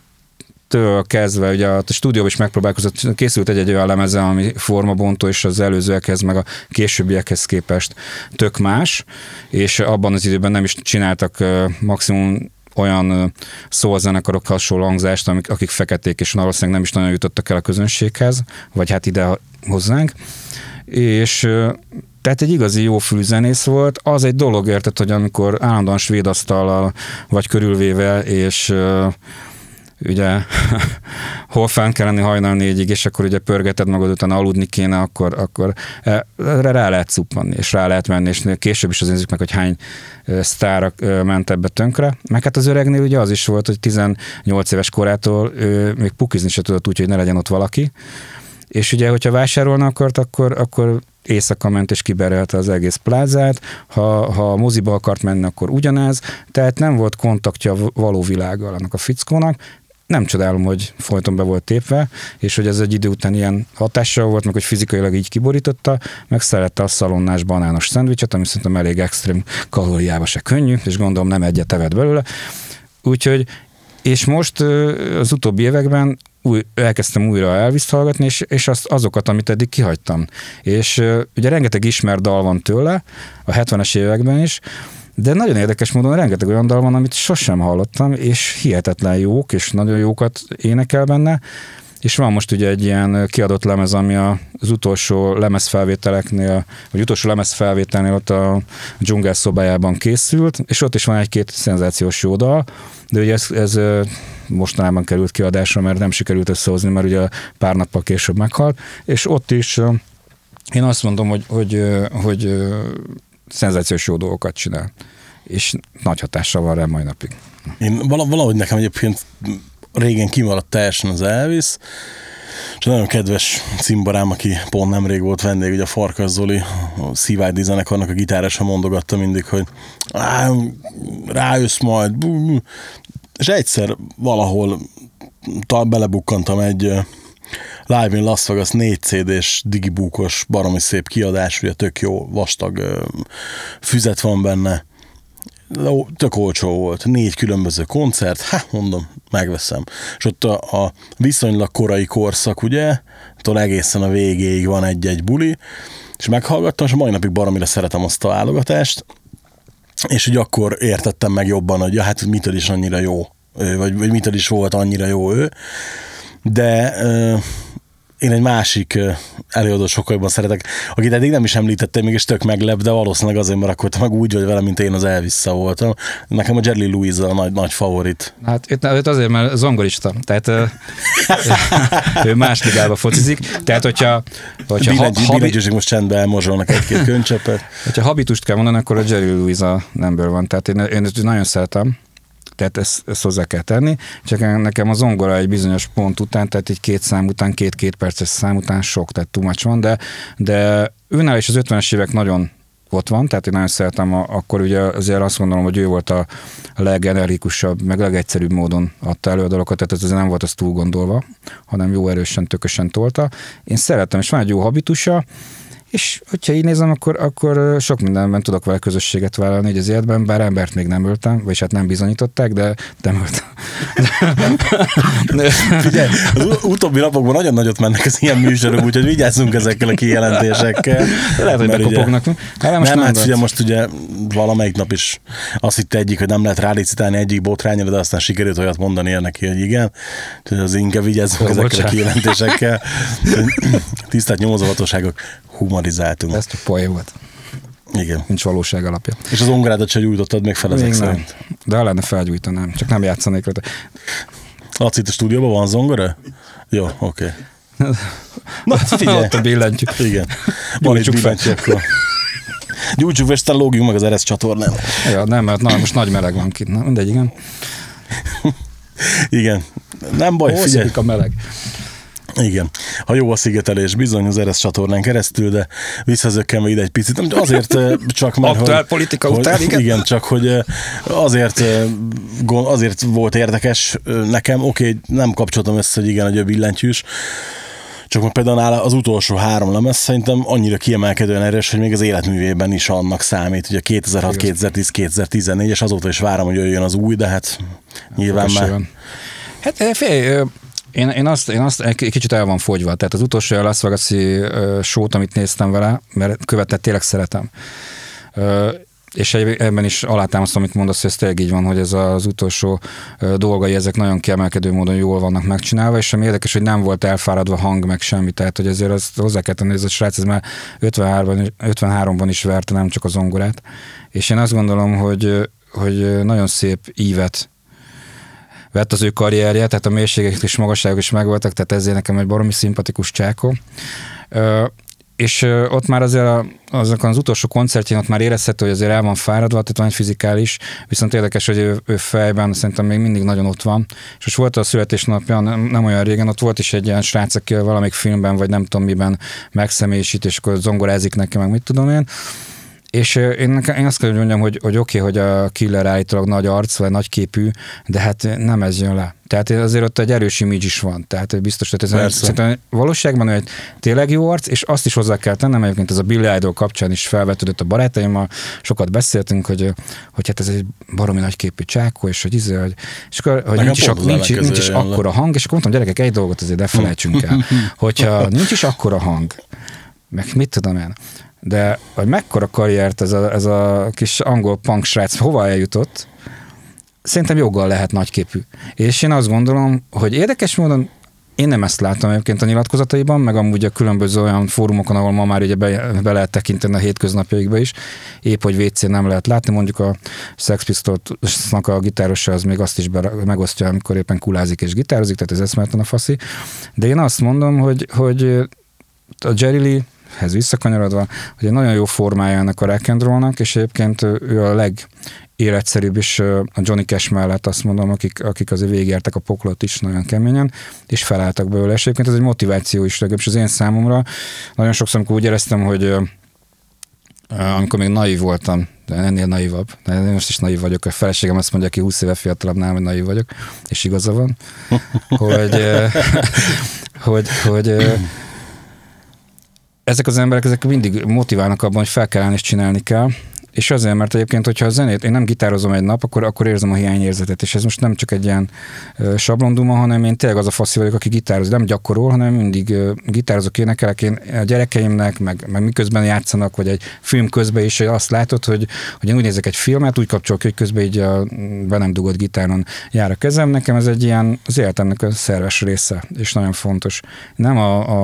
től kezdve, ugye a stúdióban is megpróbálkozott, készült egy olyan lemeze, ami formabontó, és az előzőekhez, meg a későbbiekhez képest tök más, és abban az időben nem is csináltak maximum olyan szózenekarokkal hasonló hangzást, akik feketék, és valószínűleg nem is nagyon jutottak el a közönséghez, vagy hát ide hozzánk. És tehát egy igazi jófülű zenész volt. Az egy dolog, érted, hogy amikor állandóan svéd asztallal vagy körülvéve, és ugye hol fenn kell lenni hajnal 4-ig, és akkor ugye pörgeted magad, utána aludni kéne, akkor rá lehet szuppanni, és rá lehet menni, és később is az nézzük meg, hogy hány sztár ment ebbe tönkre. Meg hát az öregnél ugye az is volt, hogy 18 éves korától még pukizni se tudott úgy, hogy ne legyen ott valaki. És ugye, hogyha vásárolna akart, akkor éjszaka ment és kiberelte az egész plázát, ha moziba akart menni, akkor ugyanez, tehát nem volt kontaktja való világgal annak a fickónak. Nem csodálom, hogy folyton be volt tépve, és hogy ez egy idő után ilyen hatással volt, meg hogy fizikailag így kiborította, meg szerette a szalonnás banános szendvicset, ami szerintem elég extrém kalóriába se könnyű, és gondolom nem egyet evett belőle. Úgyhogy, és most az utóbbi években elkezdtem újra Elvis-t hallgatni, és azokat, amit eddig kihagytam. És ugye rengeteg ismert dal van tőle, a 70-es években is, de nagyon érdekes módon rengeteg olyan dal van, amit sosem hallottam, és hihetetlen jók, és nagyon jókat énekel benne, és van most ugye egy ilyen kiadott lemez, ami az utolsó lemezfelvételeknél, vagy utolsó lemezfelvételnél ott a dzsungel szobájában készült, és ott is van egy-két szenzációs jó dal, de ugye ez mostanában került kiadásra, mert nem sikerült összehozni, mert ugye pár nappal később meghalt, és ott is én azt mondom, hogy szenzációs jó dolgokat csinál, és nagy hatással van rá mai napig. Én valahogy nekem egyébként régen kimaradt teljesen az Elvis, és nagyon kedves cimborám, aki pont nemrég volt vendég, ugye a Farkas Zoli, a Szívágyi zenekarnak a gitárosa mondogatta mindig, hogy rájössz majd, és egyszer valahol belebukkantam egy Live in Las Vegas 4 CD-s digibúkos baromi szép kiadás, ugye tök jó vastag füzet van benne, tök olcsó volt, 4 különböző koncert, mondom, megveszem. És ott a viszonylag korai korszak, ugye, attól egészen a végéig van egy-egy buli, és meghallgattam, és a mai napig baromira szeretem azt a válogatást, és úgy akkor értettem meg jobban, hogy ja, hát mitől is annyira jó, vagy mitől is volt annyira jó ő, de én egy másik előadó sokkal jobban szeretek, akit eddig nem is említettem, mégis tök meglep, de valószínűleg azért, mert akkor te meg úgy vagy vele, mint én az Elvis-szel voltam. Nekem a Jerry Lewis a nagy favorit. Hát itt azért, mert zongorista, tehát ő más ligába focizik, tehát hogyha Billentyűség most csendben elmozsolnak egy-két könycseppet. Hogyha habitust kell mondani, akkor a Jerry Lewis a number one, tehát én nagyon szeretem. Tehát ezt hozzá kell tenni, csak nekem a zongora egy bizonyos pont után, tehát egy 2 szám után, 2 perces szám után sok, tehát too much van, de őnál is az 50-es évek nagyon ott van, tehát én nagyon szeretem, akkor ugye azért azt gondolom, hogy ő volt a legenergikusabb, meg legegyszerűbb módon adta elő a dalokat, tehát ez azért nem volt az túl gondolva, hanem jó erősen, tökösen tolta. Én szeretem, és van egy jó habitusa, és hogyha így nézem, akkor sok mindenben tudok vele közösséget vállalni így az életben, bár embert még nem öltem, vagyis hát nem bizonyították, de nem öltem. Figyelj, az utóbbi napokban nagyon nagyot mennek az ilyen műsorok, úgyhogy vigyázzunk ezekkel a kijelentésekkel. Lehet, hogy bekopognak. Figyelj, most ugye valamelyik nap is azt hitte egyik, hogy nem lehet rálicitálni egyik botrányra, de aztán sikerült olyat mondani neki, hogy igen. Úgyhogy az inkább vigyázzunk ezekkel a kijelentésekkel. Tisztelt nyomozóhatóságok, humorizáltunk. Ez csak poén volt. Igen. Nincs valóság alapja. És az ongorádat se gyújtottad még fel ezek szerint? De ha lenne felgyújtanám, csak nem játszanék rá. Laci, itt a stúdióban van zongora? Jó, oké. Na, figyelj. Ott a billentyű. Igen. Van egy billentyű, akkor gyújtsuk, és aztán lógjunk meg az Eresz csatornán. Ja, nem, mert most nagy meleg van kint. Na, mindegy, igen. Igen. Nem baj, figyelj. a meleg. Igen. Ha jó a szigetelés, bizony az Eresz csatornán keresztül, de visszazökkenve ide egy picit. Azért csak már, aktuál politika után, igen. Igen, csak hogy azért volt érdekes nekem, oké, nem kapcsoltam össze, hogy igen, hogy a billentyűs, csak most például az utolsó 3 lemez szerintem annyira kiemelkedően erős, hogy még az életművében is annak számít. Ugye 2006, 2010, 2014, és azóta is várom, hogy jöjjön az új, de hát nyilván már... Hát félj, Én azt egy kicsit el van fogyva, tehát az utolsó Las Vegas-i show-t, amit néztem vele, mert követett tényleg szeretem. És ebben is alátámasztom, amit mondasz, hogy ez tényleg így van, hogy ez az utolsó dolgai, ezek nagyon kiemelkedő módon jól vannak megcsinálva, és ami érdekes, hogy nem volt elfáradva hang, meg semmi, tehát hogy ezért azt hozzá kell tenni, ez a srác, ez már 53-ban is verte, nem csak a zongorát. És én azt gondolom, hogy nagyon szép ívet vett az ő karrierje, tehát a mélységek és magasságok is megvoltak, tehát ezért nekem egy baromi szimpatikus csákó. És ott már azért azokon az utolsó koncertjén ott már érezhető, hogy azért el van fáradva, tehát van egy fizikális, viszont érdekes, hogy ő fejben szerintem még mindig nagyon ott van. És most volt a születésnapja, nem olyan régen, ott volt is egy ilyen srác, aki valamelyik filmben, vagy nem tudom miben megszemélyisít, és akkor zongorázik neki, meg mit tudom én. És én azt kell, hogy mondjam, hogy oké, hogy a Killer állítólag nagy arc, vagy nagy képű, de hát nem ez jön le. Tehát azért ott egy erős image is van. Tehát biztos, hogy szerintem valóságban egy tényleg jó arc, és azt is hozzá kell tennem, egyébként ez a Billy Idol kapcsán is felvetődött a barátaimmal, sokat beszéltünk, hogy hát ez egy baromi nagy képű csákó, és hogy nincs is akkora hang, és akkor mondtam, gyerekek, egy dolgot azért ne felejtsünk el, hogyha nincs is akkora hang, meg mit tudom én, de hogy mekkora karriert ez a kis angol punk srác hova eljutott, szerintem joggal lehet nagyképű. És én azt gondolom, hogy érdekes módon én nem ezt látom egyébként a nyilatkozataiban, meg amúgy a különböző olyan fórumokon, ahol ma már ugye be lehet tekinteni a hétköznapjaikba is, épp hogy WC-n nem lehet látni, mondjuk a Sex Pistolsnak a gitárosa az még azt is megosztja, amikor éppen kulázik és gitározik, tehát ez eszméletlen a faszi. De én azt mondom, hogy a Jerry Lee-hez visszakanyarodva, hogy egy nagyon jó formája ennek a rock and rollnak, és egyébként ő a legéletszerűbb is a Johnny Cash mellett azt mondom, akik azért végigértek a poklot is nagyon keményen, és felálltak belőle. És egyébként ez egy motiváció is, legalábbis az én számomra. Nagyon sokszor, amikor úgy éreztem, hogy amikor még naív voltam, de ennél naívabb, de én most is naív vagyok, a feleségem azt mondja, aki 20 éve fiatalabb nálam, hogy naív vagyok, és igaza van, hogy ezek az emberek ezek mindig motiválnak abban, hogy fel kell állni és csinálni kell, És azért, mert egyébként, hogyha a zenét, én nem gitározom egy nap, akkor érzem a hiányérzetet, és ez most nem csak egy ilyen sablonduma, hanem én tényleg az a faszi vagyok, aki gitároz, nem gyakorol, hanem mindig gitározok, énekelek, én a gyerekeimnek, meg miközben játszanak, vagy egy film közben is azt látod, hogy én úgy nézek egy filmet, úgy kapcsolok, hogy közben így a be nem dugott gitáron jár a kezem, nekem ez egy ilyen az életemnek a szerves része, és nagyon fontos. Nem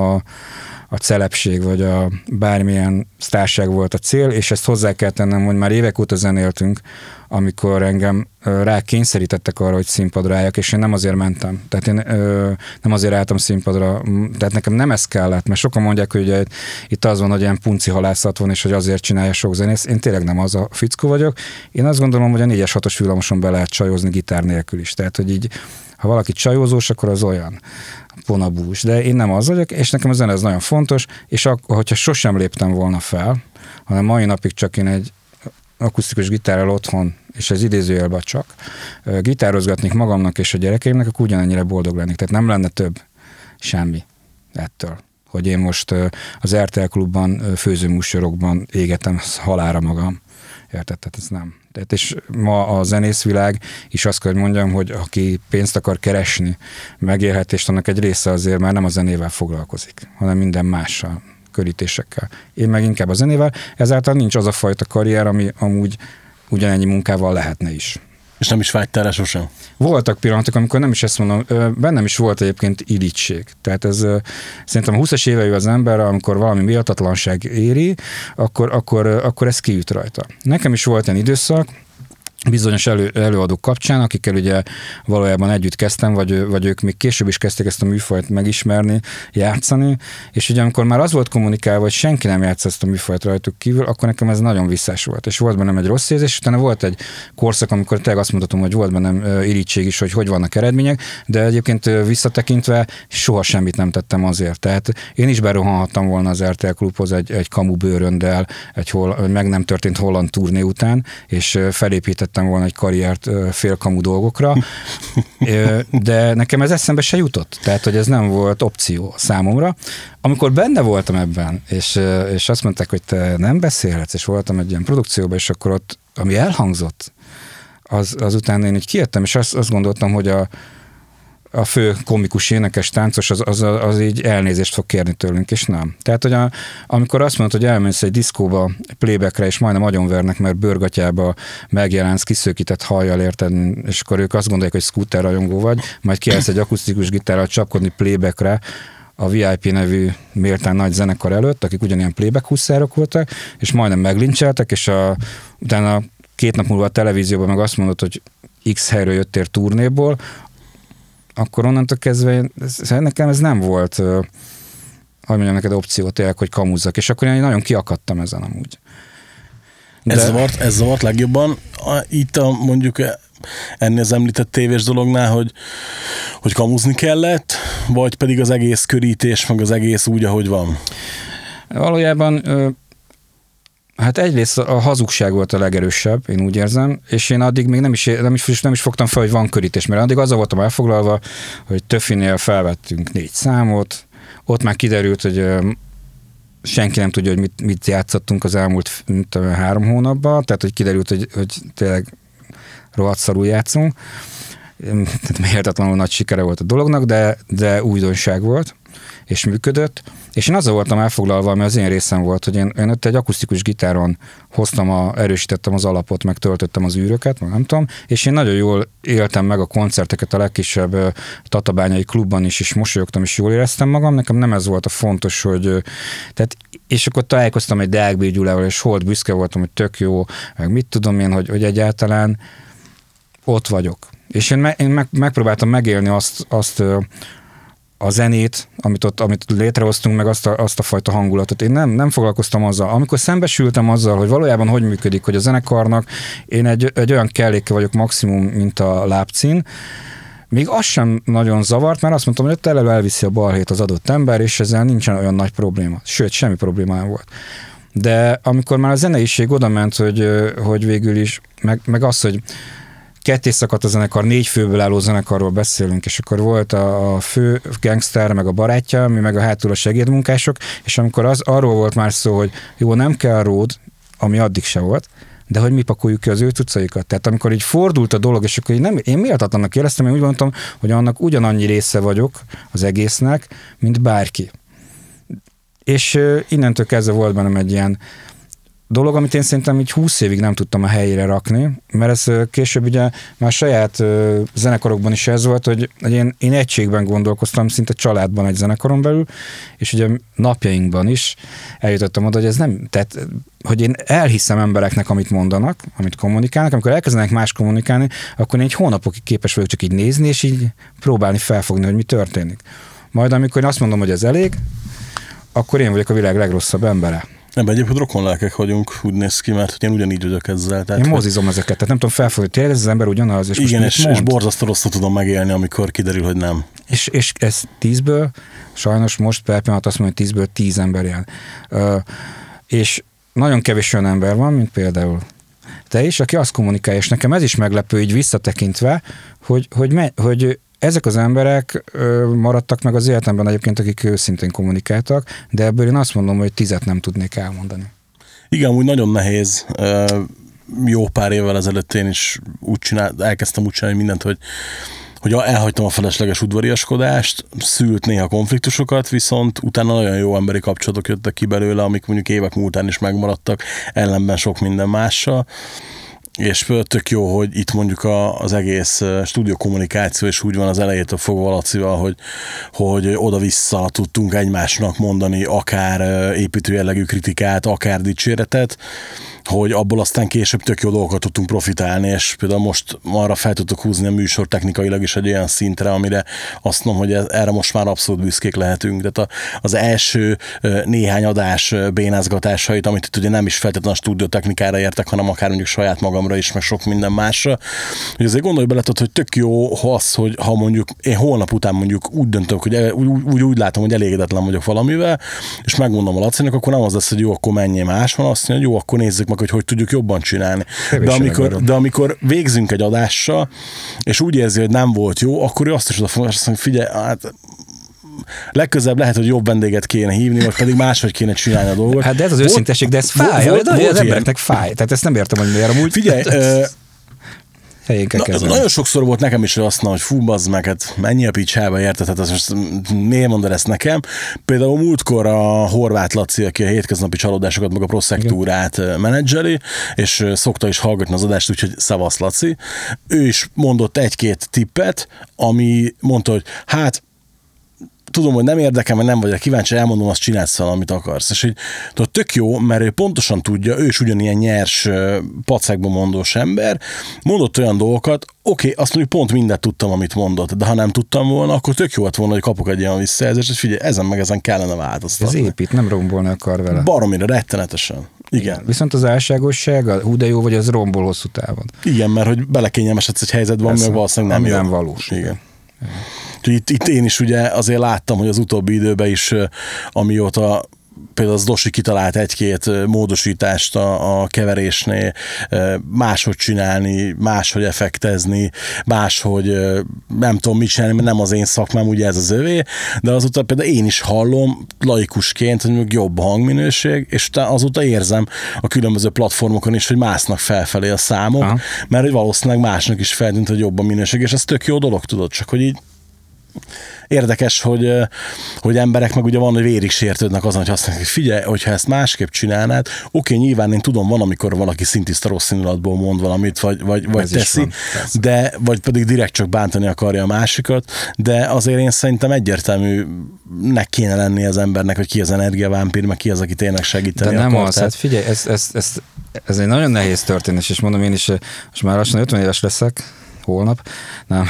a celebség, vagy a bármilyen sztárság volt a cél, és ezt hozzá kell tennem, hogy már évek óta zenéltünk, amikor engem rá kényszerítettek arra, hogy színpadra álljak, és én nem azért mentem. Tehát én nem azért álltam színpadra, tehát nekem nem ez kellett, mert sokan mondják, hogy ugye itt az van, hogy ilyen punci halászat van, és hogy azért csinálja sok zenész. Én tényleg nem az a fickó vagyok. Én azt gondolom, hogy a 4-es 6-os villamoson be lehet csajozni gitár nélkül is. Tehát, hogy így, ha valaki csajózós, akkor az olyan ponabús. De én nem az vagyok, és nekem a zene ez nagyon fontos, és hogyha sosem léptem volna fel, hanem mai napig csak én egy akusztikus gitárral otthon, és ez idézőjelben csak, gitározgatnék magamnak és a gyerekeimnek, akkor ugyanennyire boldog lennék. Tehát nem lenne több semmi ettől, hogy én most az RTL klubban, főzőműsorokban égetem halálra magam. Érted? Tehát ez nem. Tehát és ma a zenészvilág is azt kell, hogy mondjam, hogy aki pénzt akar keresni, megélhetést, annak egy része azért már nem a zenével foglalkozik, hanem minden mással, körítésekkel. Én meg inkább a zenével, ezáltal nincs az a fajta karrier, ami amúgy ugyanennyi munkával lehetne is. És nem is vágytál rá sosem? Voltak pillanatok, amikor nem is ezt mondom, bennem is volt egyébként irigység. Tehát ez szerintem a 20-as évei az ember, amikor valami méltatlanság éri, akkor ez kiüt rajta. Nekem is volt egy időszak, bizonyos előadók kapcsán, akikkel ugye valójában együtt kezdtem, vagy ők még később is kezdték ezt a műfajt megismerni, játszani, és ugye amikor már az volt kommunikálva, hogy senki nem játsz ezt a műfajt rajtuk kívül, akkor nekem ez nagyon visszás volt, és volt bennem egy rossz érzés, és utána volt egy korszak, amikor tényleg azt mondhatom, hogy volt bennem irigység is, hogy vannak eredmények, de egyébként visszatekintve soha semmit nem tettem azért. Tehát én is berohanhattam volna az RTL Klubhoz egy kamu bőröndel, egy meg nem történt holland turné után, és felépített volna egy karriert félkamu dolgokra, de nekem ez eszembe se jutott. Tehát, hogy ez nem volt opció számomra. Amikor benne voltam ebben, és azt mondták, hogy te nem beszélhetsz, és voltam egy ilyen produkcióban, és akkor ott, ami elhangzott, azután én így kijöttem, és azt gondoltam, hogy a fő komikus énekes táncos az így elnézést fog kérni tőlünk, és nem. Tehát, hogy amikor azt mondod, hogy elmész egy diszkóba, playbackre, és majdnem agyonvernek, mert bőrgatyába megjelensz kiszőkített hajjal, érted, és akkor ők azt gondolják, hogy scooter rajongó vagy, majd kiállsz egy akusztikus gitárral csapkodni playbackre a VIP nevű méltán nagy zenekar előtt, akik ugyanilyen playback huszárok voltak, és majdnem meglincseltek, és utána 2 nap múlva a televízióban meg azt mondod, hogy X helyről jöttél turnéból, akkor onnantól kezdve nekem ez nem volt, hogy mondjam neked, opció tényleg, hogy kamúzzak, és akkor én nagyon kiakadtam ezen amúgy. De... Ez zavart legjobban itt mondjuk ennél az említett tévés dolognál, hogy kamúzni kellett, vagy pedig az egész körítés, meg az egész úgy, ahogy van? Valójában hát egyrészt a hazugság volt a legerősebb, én úgy érzem, és én addig még nem is fogtam fel, hogy van körítés, mert addig azzal voltam elfoglalva, hogy Töfinél felvettünk 4 számot, ott már kiderült, hogy senki nem tudja, hogy mit játszottunk az elmúlt 3 hónapban, tehát hogy kiderült, hogy tényleg rohadt szarul játszunk. Tehát méltatlanul nagy sikere volt a dolognak, de újdonság volt, és működött. És én azzal voltam elfoglalva, ami az én részem volt, hogy én ott egy akusztikus gitáron erősítettem az alapot, meg töltöttem az űröket, meg nem tudom, és én nagyon jól éltem meg a koncerteket a legkisebb tatabányai klubban is, és mosolyogtam, és jól éreztem magam. Nekem nem ez volt a fontos, hogy... Tehát, és akkor találkoztam egy Deák B. Gyulával, és holt büszke voltam, hogy tök jó, meg mit tudom én, hogy egyáltalán ott vagyok. És én megpróbáltam megélni azt a zenét, amit létrehoztunk, meg azt a fajta hangulatot. Én nem foglalkoztam azzal. Amikor szembesültem azzal, hogy valójában hogy működik, hogy a zenekarnak én egy olyan kelléke vagyok maximum, mint a lábcín, még az sem nagyon zavart, mert azt mondtam, hogy ott elviszi a balhét az adott ember, és ezzel nincsen olyan nagy probléma. Sőt, semmi probléma nem volt. De amikor már a zeneiség oda ment, hogy végül is, meg az, hogy ketté szakadt a zenekar, 4 főből álló zenekarról beszélünk, és akkor volt a fő gangster, meg a barátja, mi meg a hátul a segédmunkások, és amikor arról volt már szó, hogy jó, nem kell ród, ami addig se volt, de hogy mi pakoljuk ki az ő cuccaikat. Tehát amikor így fordult a dolog, és akkor én méltatlannak éreztem, én úgy gondoltam, hogy annak ugyanannyi része vagyok az egésznek, mint bárki. És innentől kezdve volt bennem egy ilyen dolog, amit én szerintem így 20 évig nem tudtam a helyére rakni, mert ez később ugye már saját zenekarokban is ez volt, hogy én egységben gondolkoztam, szinte családban egy zenekaron belül, és ugye napjainkban is eljutottam oda, hogy ez nem, tehát hogy én elhiszem embereknek, amit mondanak, amit kommunikálnak, amikor elkezdenek más kommunikálni, akkor én egy hónapokig képes vagyok csak így nézni, és így próbálni felfogni, hogy mi történik. Majd amikor én azt mondom, hogy ez elég, akkor én vagyok a világ legrosszabb embere. Ebben egyébként rokonlelkek vagyunk, úgy néz ki, mert én ugyanígy vagyok ezzel. Tehát, én mozizom ezeket, tehát nem tudom felfogni, hogy tényleg ez az ember ugyanaz, és igen, most és borzasztó rosszul tudom megélni, amikor kiderül, hogy nem. És ez 10-ből, sajnos most per pillanat azt mondja, hogy 10-ből 10 ember jön. És nagyon kevés olyan ember van, mint például te is, aki azt kommunikálja, és nekem ez is meglepő, így visszatekintve, hogy ezek az emberek maradtak meg az életemben egyébként, akik őszintén kommunikáltak, de ebből én azt mondom, hogy 10 nem tudnék elmondani. Igen, úgy nagyon nehéz. Jó pár évvel ezelőtt én is elkezdtem úgy csinálni mindent, hogy elhagytam a felesleges udvariaskodást, szült néha konfliktusokat, viszont utána nagyon jó emberi kapcsolatok jöttek ki belőle, amik mondjuk évek múltán is megmaradtak, ellenben sok minden mással. És tök jó, hogy itt mondjuk az egész stúdió kommunikáció is úgy van az elejétől fogva Lacival, hogy oda-vissza tudtunk egymásnak mondani akár építő jellegű kritikát, akár dicséretet, hogy abból aztán később tök jó dolgokat tudtunk profitálni, és például most arra fel tudtuk húzni a műsor technikailag is egy olyan szintre, amire azt mondom, hogy erre most már abszolút büszkék lehetünk. Tehát az első néhány adás bénázgatásait, amit itt ugye nem is feltétlenül a stúdió technikára értek, hanem akár mondjuk saját magamra is, meg sok minden másra. Hogy azért gondolj bele, hogy tök jó az, hogy ha mondjuk én holnap után mondjuk úgy döntök, hogy úgy látom, hogy elégedetlen vagyok valamivel, és megmondom a Lacinak, akkor nem az lesz, hogy jó, akkor menjél máshol, azt mondja, hogy jó, akkor nézzük meg, hogy tudjuk jobban csinálni. De amikor végzünk egy adással, és úgy érzi, hogy nem volt jó, akkor ő azt is odafogja, azt mondja, figyelj, hát legközelebb lehet, hogy jobb vendéget kéne hívni, vagy pedig máshogy kéne csinálni a dolgot. Hát de ez az őszintesség, de ez fáj, az embereknek fáj. Tehát ezt nem értem, hogy miért amúgy. Figyelj, Na, nagyon sokszor volt nekem is azt, hogy fú, bazd meg, hát mennyi a picsába, érted? Hát most miért mondod ezt nekem? Például múltkor a Horváth Laci, aki a hétköznapi csalódásokat, meg a proszektúrát menedzseli, és szokta is hallgatni az adást, úgyhogy szavasz Laci. Ő is mondott egy-két tippet, ami mondta, hogy hát tudom, hogy nem érdekel, mert nem vagyok kíváncsi, elmondom, azt csinálsz fel, amit akarsz. És hogy tök jó, mert ő pontosan tudja, ő is ugyanilyen nyers, pacekban mondós ember, mondott olyan dolgokat, oké, azt mondjuk pont mindent tudtam, amit mondott, de ha nem tudtam volna, akkor tök jó lett volna, hogy kapok egy olyan visszajelzést, és figyelj, ezen kellene változtatni. Ez épít, nem rombolni akar vele. Baromira, rettenetesen. Igen. Viszont az álságosság, hú de jó vagy, az rombol hosszú távon. Igen, mert hogy belekényelmesedsz egy helyzetben, ami valószínűleg nem valós. Igen. Itt én is ugye azért láttam, hogy az utóbbi időben is, amióta például az Dosi kitalált egy-két módosítást a keverésnél, máshogy csinálni, máshogy effektezni, máshogy nem tudom mit csinálni, mert nem az én szakmám, ugye ez az övé, de azóta például én is hallom laikusként, hogy még jobb a hangminőség, és azóta érzem a különböző platformokon is, hogy másznak felfelé a számok, mert hogy valószínűleg másnak is feltűnt, hogy jobb a minőség, és ez tök jó dolog, tudod, csak hogy így érdekes, hogy emberek meg ugye van, hogy vérig sértődnek azon, hogy azt mondják, hogy figyelj, hogyha ezt másképp csinálnád, oké, nyilván én tudom, van, amikor valaki szintiszta rossz indulatból mond valamit, vagy teszi, de vagy pedig direkt csak bántani akarja a másikat, de azért én szerintem egyértelműnek kéne lenni az embernek, hogy ki az energiavámpír, meg ki az, aki tényleg segíteni akar. De nem akar, az, hát figyelj, ez egy nagyon nehéz történet, és mondom én is, most már lassan 50 éves leszek, holnap, nem,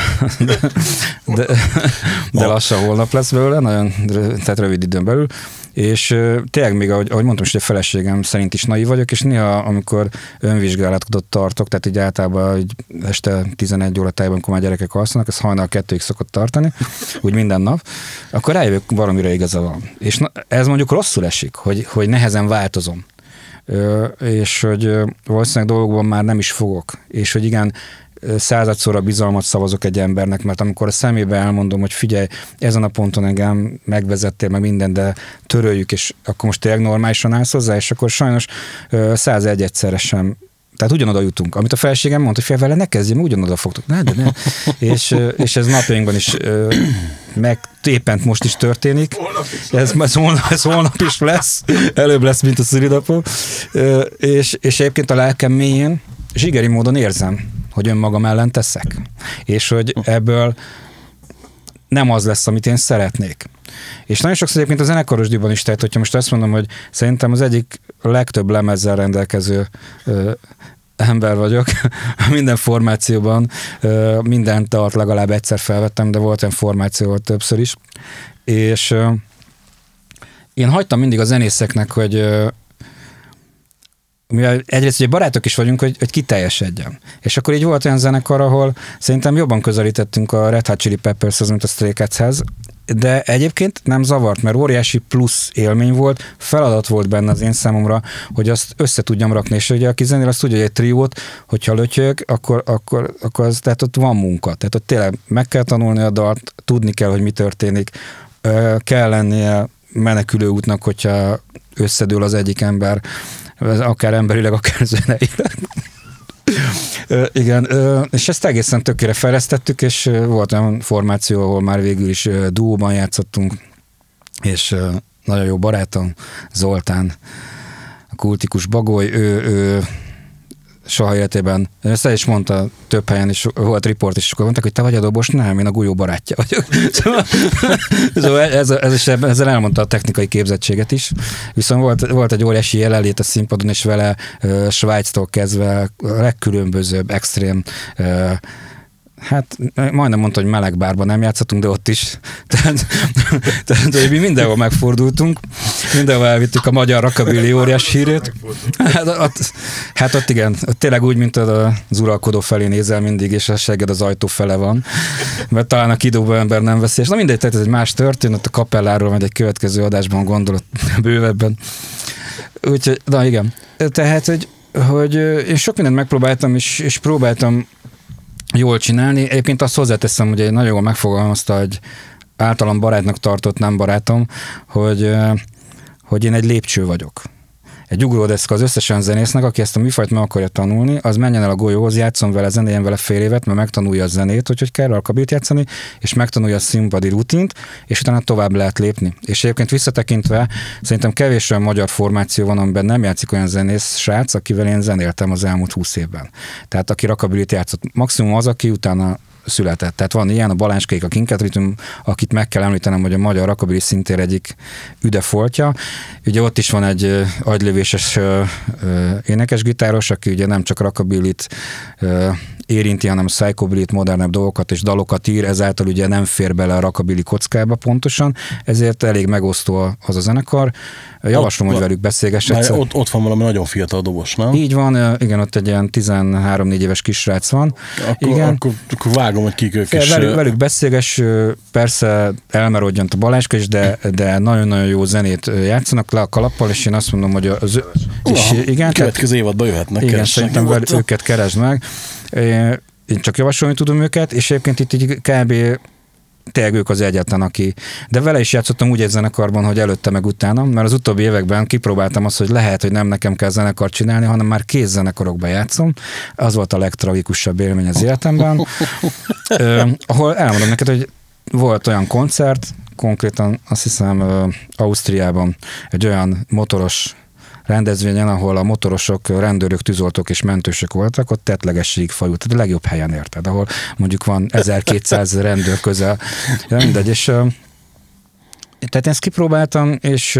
de lassan holnap lesz belőle, nagyon, tehát rövid időn belül, és tényleg még, ahogy mondtam, hogy a feleségem szerint is naív vagyok, és néha, amikor önvizsgálatot tartok, tehát így általában így este 11 óra tájban, amikor már gyerekek alszanak, ez hajnal 2-ig szokott tartani, úgy minden nap, akkor rájövök, valamire igaza van. És ez mondjuk rosszul esik, hogy nehezen változom. És hogy valószínűleg dolgokban már nem is fogok. És hogy igen, 100-szor a bizalmat szavazok egy embernek, mert amikor a szemébe elmondom, hogy figyelj, ezen a ponton engem megvezettél meg minden, de töröljük, és akkor most tényleg normálisan állsz hozzá, és akkor sajnos 101 egyszerre sem tehát ugyanoda jutunk. Amit a feleségem mondta, hogy vele ne kezdjem, ugyanoda fogtok. Ne. És ez napjainkban is meg éppen most is történik. Ez holnap is lesz. Előbb lesz, mint a szülinapom. És egyébként a lelkem mélyén zsigeri módon érzem, hogy önmagam ellen teszek. És hogy ebből nem az lesz, amit én szeretnék. És nagyon sokszor egyébként a zenekarosdiban is, tehát hogyha most azt mondom, hogy szerintem az egyik legtöbb lemezzel rendelkező ember vagyok. Minden formációban minden dalt legalább egyszer felvettem, de volt olyan formáció, volt többször is. És én hagytam mindig a zenészeknek, hogy mivel egyrészt ugye barátok is vagyunk, hogy kiteljesedjen. És akkor így volt olyan zenekar, ahol szerintem jobban közelítettünk a Red Hot Chili Peppershez, mint a Stray Catshez, de egyébként nem zavart, mert óriási plusz élmény volt, feladat volt benne az én számomra, hogy azt össze tudjam rakni, és ugye aki zenél, azt tudja, hogy egy triót, hogyha lötyög, akkor az, tehát ott van munka, tehát ott tényleg meg kell tanulni a dalt, tudni kell, hogy mi történik, kell lennie menekülő útnak, hogyha összedől az egyik ember, akár emberileg, akár zeneileg. Igen, és ezt egészen tökére fejlesztettük, és volt olyan formáció, ahol már végül is duóban játszottunk, és nagyon jó barátom, Zoltán, a kultikus bagoly, ő soha életében, ezt el is mondta több helyen, is volt riport, és akkor mondták, hogy te vagy a dobos, nem, én a Gulyó barátja vagyok. Szóval ezzel elmondta a technikai képzettséget is, viszont volt egy óriási jelenlét a színpadon, és vele Svájctól kezdve a legkülönbözőbb, extrém, hát majdnem mondta, hogy melegbárban nem játszottunk, de ott is. Tehát hogy mi mindenhol megfordultunk, mindenhol elvittük a magyar rockabilly óriás hírét. Hát ott igen, ott tényleg úgy, mint az uralkodó felé nézel mindig, és a segged az ajtó fele van, mert talán a kidobó ember nem veszi. És na mindegy, tehát ez egy más történet, a kapelláról majd egy következő adásban gondolod bővebben. Úgyhogy, na igen. Tehát, hogy én sok mindent megpróbáltam, és próbáltam jól csinálni. Egyébként azt hozzáteszem, hogy nagyon jól megfogalmazta, hogy általam barátnak tartott nem barátom, hogy én egy lépcső vagyok. Egy ugródeszka az összes olyan zenésznek, aki ezt a műfajt meg akarja tanulni, az menjen el a golyóhoz, játszon vele, zenéljen vele fél évet, mert megtanulja a zenét, hogy kell rockabillyt játszani, és megtanulja a színpadi rutint, és utána tovább lehet lépni. És egyébként visszatekintve szerintem kevés olyan magyar formáció van, amiben nem játszik olyan zenész srác, akivel én zenéltem az elmúlt 20 évben. Tehát aki rockabillyt játszott. Maximum az, aki utána született. Tehát van ilyen, a Balánskék, a Kinket Rhythm, akit meg kell említenem, hogy a magyar rockabilly szintér egyik üdefoltja. Ugye ott is van egy agylövéses énekesgitáros, aki ugye nem csak rockabillyt érinti, hanem psychobillyt, modernebb dolgokat és dalokat ír, ezáltal ugye nem fér bele a rockabilly kockába pontosan, ezért elég megosztó az a zenekar. Javaslom, hogy velük beszélgess egyszer. Ott van valami nagyon fiatal dobos, nem? Így van, igen, ott egy ilyen 13-4 éves kisrác van. Akkor vágom, hogy kik ők is. Velük beszélgess, persze elmerodjon a Balázska is, de nagyon-nagyon jó zenét játszanak le a kalappal, és én azt mondom, hogy igen, következő évadban jöhetnek. Igen, szerintem őket keresd meg. Én csak javasolni tudom őket, és egyébként itt így kb. Tényleg ők az egyetlen, aki... De vele is játszottam úgy egy zenekarban, hogy előtte meg utána, mert az utóbbi években kipróbáltam azt, hogy lehet, hogy nem nekem kell zenekart csinálni, hanem már kézzenekarokban játszom. Az volt a legtragikusabb élmény az életemben. Ahol elmondom neked, hogy volt olyan koncert, konkrétan azt hiszem Ausztriában egy olyan motoros rendezvényen, ahol a motorosok, rendőrök, tűzoltók és mentősök voltak, ott tettlegesség fajú, tehát a legjobb helyen érted, ahol mondjuk van 1200 rendőr közel. Ja, mindegy, és tehát én ezt kipróbáltam, és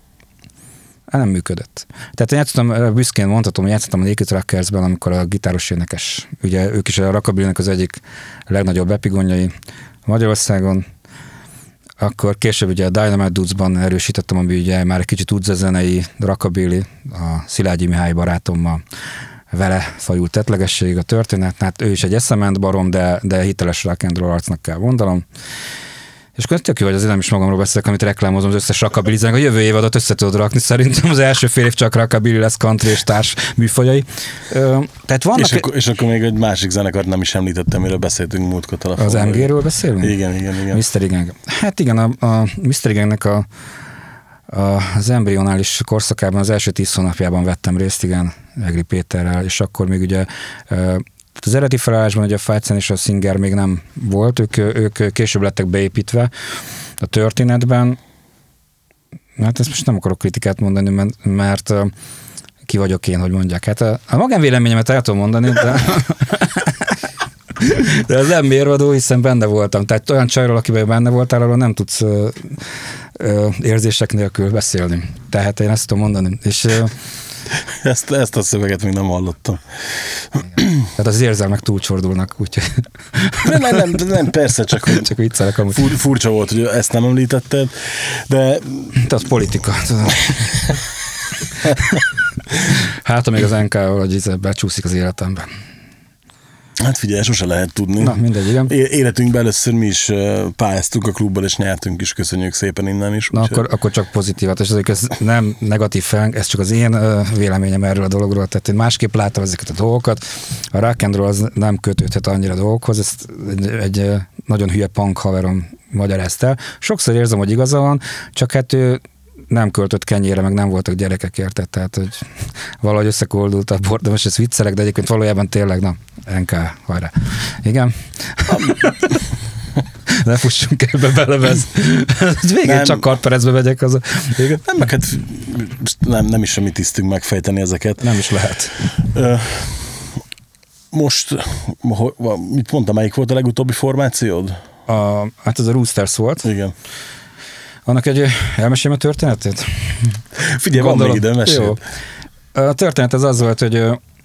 nem működött. Tehát én játszottam, büszkén mondhatom, hogy játszottam a Naked Rockersben, amikor a gitáros énekes, ugye ők is a rockabillynek az egyik legnagyobb epigonjai Magyarországon. Akkor később ugye a Dynamite Dudes-ban erősítettem, ami ugye már egy kicsit udzazenei rockabilly, a Szilágyi Mihály barátommal vele fajult tettlegesség a történet. Hát ő is egy eszement barom, de hiteles rock and roll arcnak kell mondanom. És akkor tök jó, hogy azért nem is magamról beszélek, amit reklámozom az összes rockabilly zenekar. A jövő évadot össze tudod rakni, szerintem az első fél év csak rockabilly lesz, country és társ műfajai. Tehát vannak... És akkor még egy másik zenekart nem is említettem, miről beszéltünk múltkor telefonon. Az MG-ről beszélünk? Igen. Mr. Gang. Hát igen, a Mr. Gangnek Az embrionális korszakában, az első 10 hónapjában vettem részt, igen, Egri Péterrel, és akkor még ugye az eredeti felállásban ugye a Fácen és a Singer még nem volt, ők később lettek beépítve a történetben. Hát ezt most nem akarok kritikát mondani, mert ki vagyok én, hogy mondják. Hát a magánvéleményemet el tudom mondani, de ez nem mérvadó, hiszen benne voltam. Tehát olyan csajról, akiben benne voltál, arról nem tudsz érzések nélkül beszélni. Tehát én ezt tudom mondani. És Ezt a szöveget még nem hallottam. tehát az érzelmek túlcsordulnak, úgyhogy... Nem, persze, csak viccelek amúgy. Furcsa volt, hogy ezt nem említetted, de... Te az politika, tudom. Hát, még az NK-val, hogy becsúszik az életemben. Hát figyelj, sose lehet tudni. Na, mindegy, igen. Életünkben először mi is pályáztunk a klubban, és nyertünk is, köszönjük szépen innen is. Na, akkor csak pozitívat, és azért ez nem negatív fel, ez csak az én véleményem erről a dologról, tehát én másképp látom ezeket a dolgokat. A rock and roll az nem kötődhet annyira a dolgokhoz, ezt egy nagyon hülye punk haverom magyarázta el. Sokszor érzem, hogy igaza van, csak hát ő nem költött kenyére, meg nem voltak gyerekek, érted? Tehát, hogy valahogy összekoldult a bor, de most ezt viccelek, de egyébként valójában tényleg, na, NK, hajrá. Igen? Ne fussunk ebbe bele, végén csak Kartperezbe megyek. Igen? Nem, meg hát nem is semmi tisztünk megfejteni ezeket. Nem is lehet. Most, mit mondtam, melyik volt a legutóbbi formációd? Hát ez a Roosters volt. Igen. Annak elmeséljem a történetét? Figyelj, van még ide, mesél. A történet az volt, hogy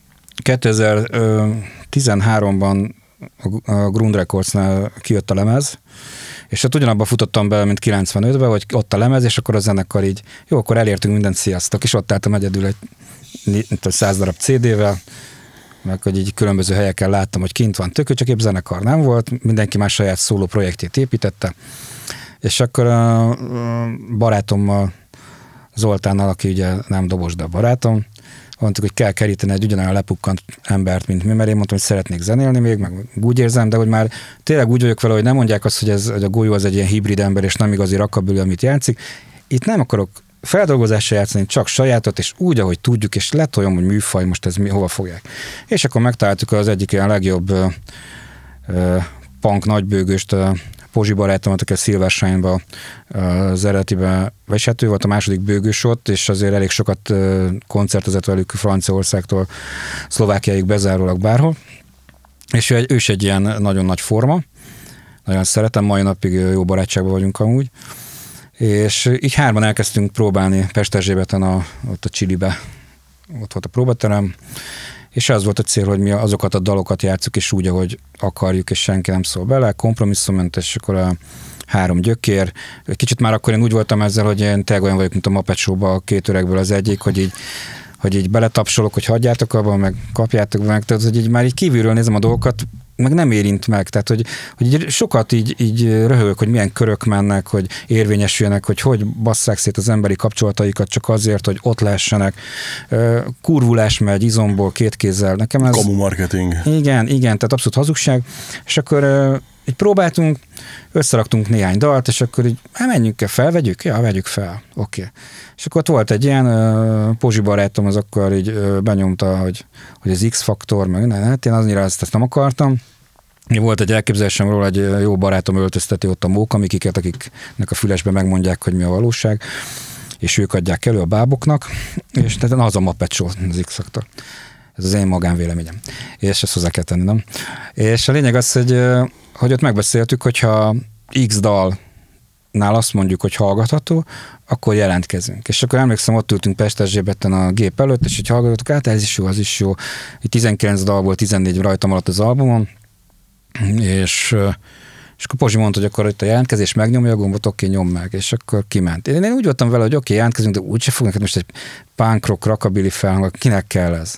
2013-ban a Grund Recordsnál kijött a lemez, és hát ugyanabban futottam be, mint 95-ben, hogy ott a lemez, és akkor a zenekar így, jó, akkor elértünk mindent, sziasztok, és ott álltam egyedül egy 100 darab CD-vel, meg hogy így különböző helyeken láttam, hogy kint van tök, csak épp zenekar nem volt, mindenki más saját szóló projektjét építette, és akkor a barátommal, Zoltánnal, aki ugye nem dobos, de a barátom, mondtuk, hogy kell keríteni egy ugyanolyan lepukkant embert, mint mi, mert én mondtam, hogy szeretnék zenélni még, meg úgy érzem, de hogy már tényleg úgy vagyok vele, hogy nem mondják azt, hogy a Golyó az egy ilyen hibrid ember, és nem igazi rockabilly, amit játszik. Itt nem akarok feldolgozásra játszani, csak sajátot, és úgy, ahogy tudjuk, és letoljam, hogy műfaj, most ez hova fogják. És akkor megtaláltuk az egyik ilyen legjobb punk nagybőgőst, Pozsi barátomat, aki a Silver Shine-ba az eredetiben, vagy hát ő volt a második bőgős ott, és azért elég sokat koncertezett velük Franciaországtól Szlovákiáig bezárólag bárhol. És ő is egy ilyen nagyon nagy forma, nagyon szeretem, mai napig jó barátságban vagyunk amúgy. És így hárman elkezdtünk próbálni Pesterzsébeten ott a Csilibe, ott volt a próbaterem, és az volt a cél, hogy mi azokat a dalokat játsszuk, és úgy, ahogy akarjuk, és senki nem szól bele, kompromisszummentes, és akkor a 3 gyökér. Kicsit már akkor én úgy voltam ezzel, hogy én tényleg olyan vagyok, mint a Muppet Show-ba, a 2 öregből az egyik, hogy így beletapsolok, hogy hagyjátok abban, meg kapjátok meg, tehát hogy így már így kívülről nézem a dolgokat, meg nem érint meg, tehát hogy így sokat így röhögök, hogy milyen körök mennek, hogy érvényesüljenek, hogy basszák szét az emberi kapcsolataikat csak azért, hogy ott lehessenek. Kurvulás megy izomból 2 kézzel. Nekem ez... Kamu marketing. Igen, tehát abszolút hazugság. És akkor így próbáltunk, összeraktunk néhány dalt, és akkor így, menjünk-e, felvegyük? Ja, vegyük fel. Oké. És akkor ott volt egy ilyen, Pozsi barátom az akkor így benyomta, hogy az X-faktor, meg hát én annyira ezt nem akartam. Volt egy elképzelésem róla, egy jó barátom öltözteti ott a mókamikiket, akiknek a fülesben megmondják, hogy mi a valóság, és ők adják elő a báboknak, és tehát az a Muppet Show, az X-faktor. Ez az én magánvéleményem. És ezt hozzá kell tenni, nem? És a lényeg az, hogy ott megbeszéltük, hogyha X dalnál azt mondjuk, hogy hallgatható, akkor jelentkezünk. És akkor emlékszem, ott ültünk Pesterzsébeten a gép előtt, és így hallgatottuk, hát ez is jó, az is jó. Így 19 dal volt, 14 rajtam alatt az albumon, és akkor Pozsi mondta, hogy akkor itt a jelentkezés megnyomja a gombot, oké, nyom meg, és akkor kiment. Én úgy voltam vele, hogy oké, jelentkezünk, de úgyse fognak most egy punk rock, rockabilly felhang, kinek kell ez?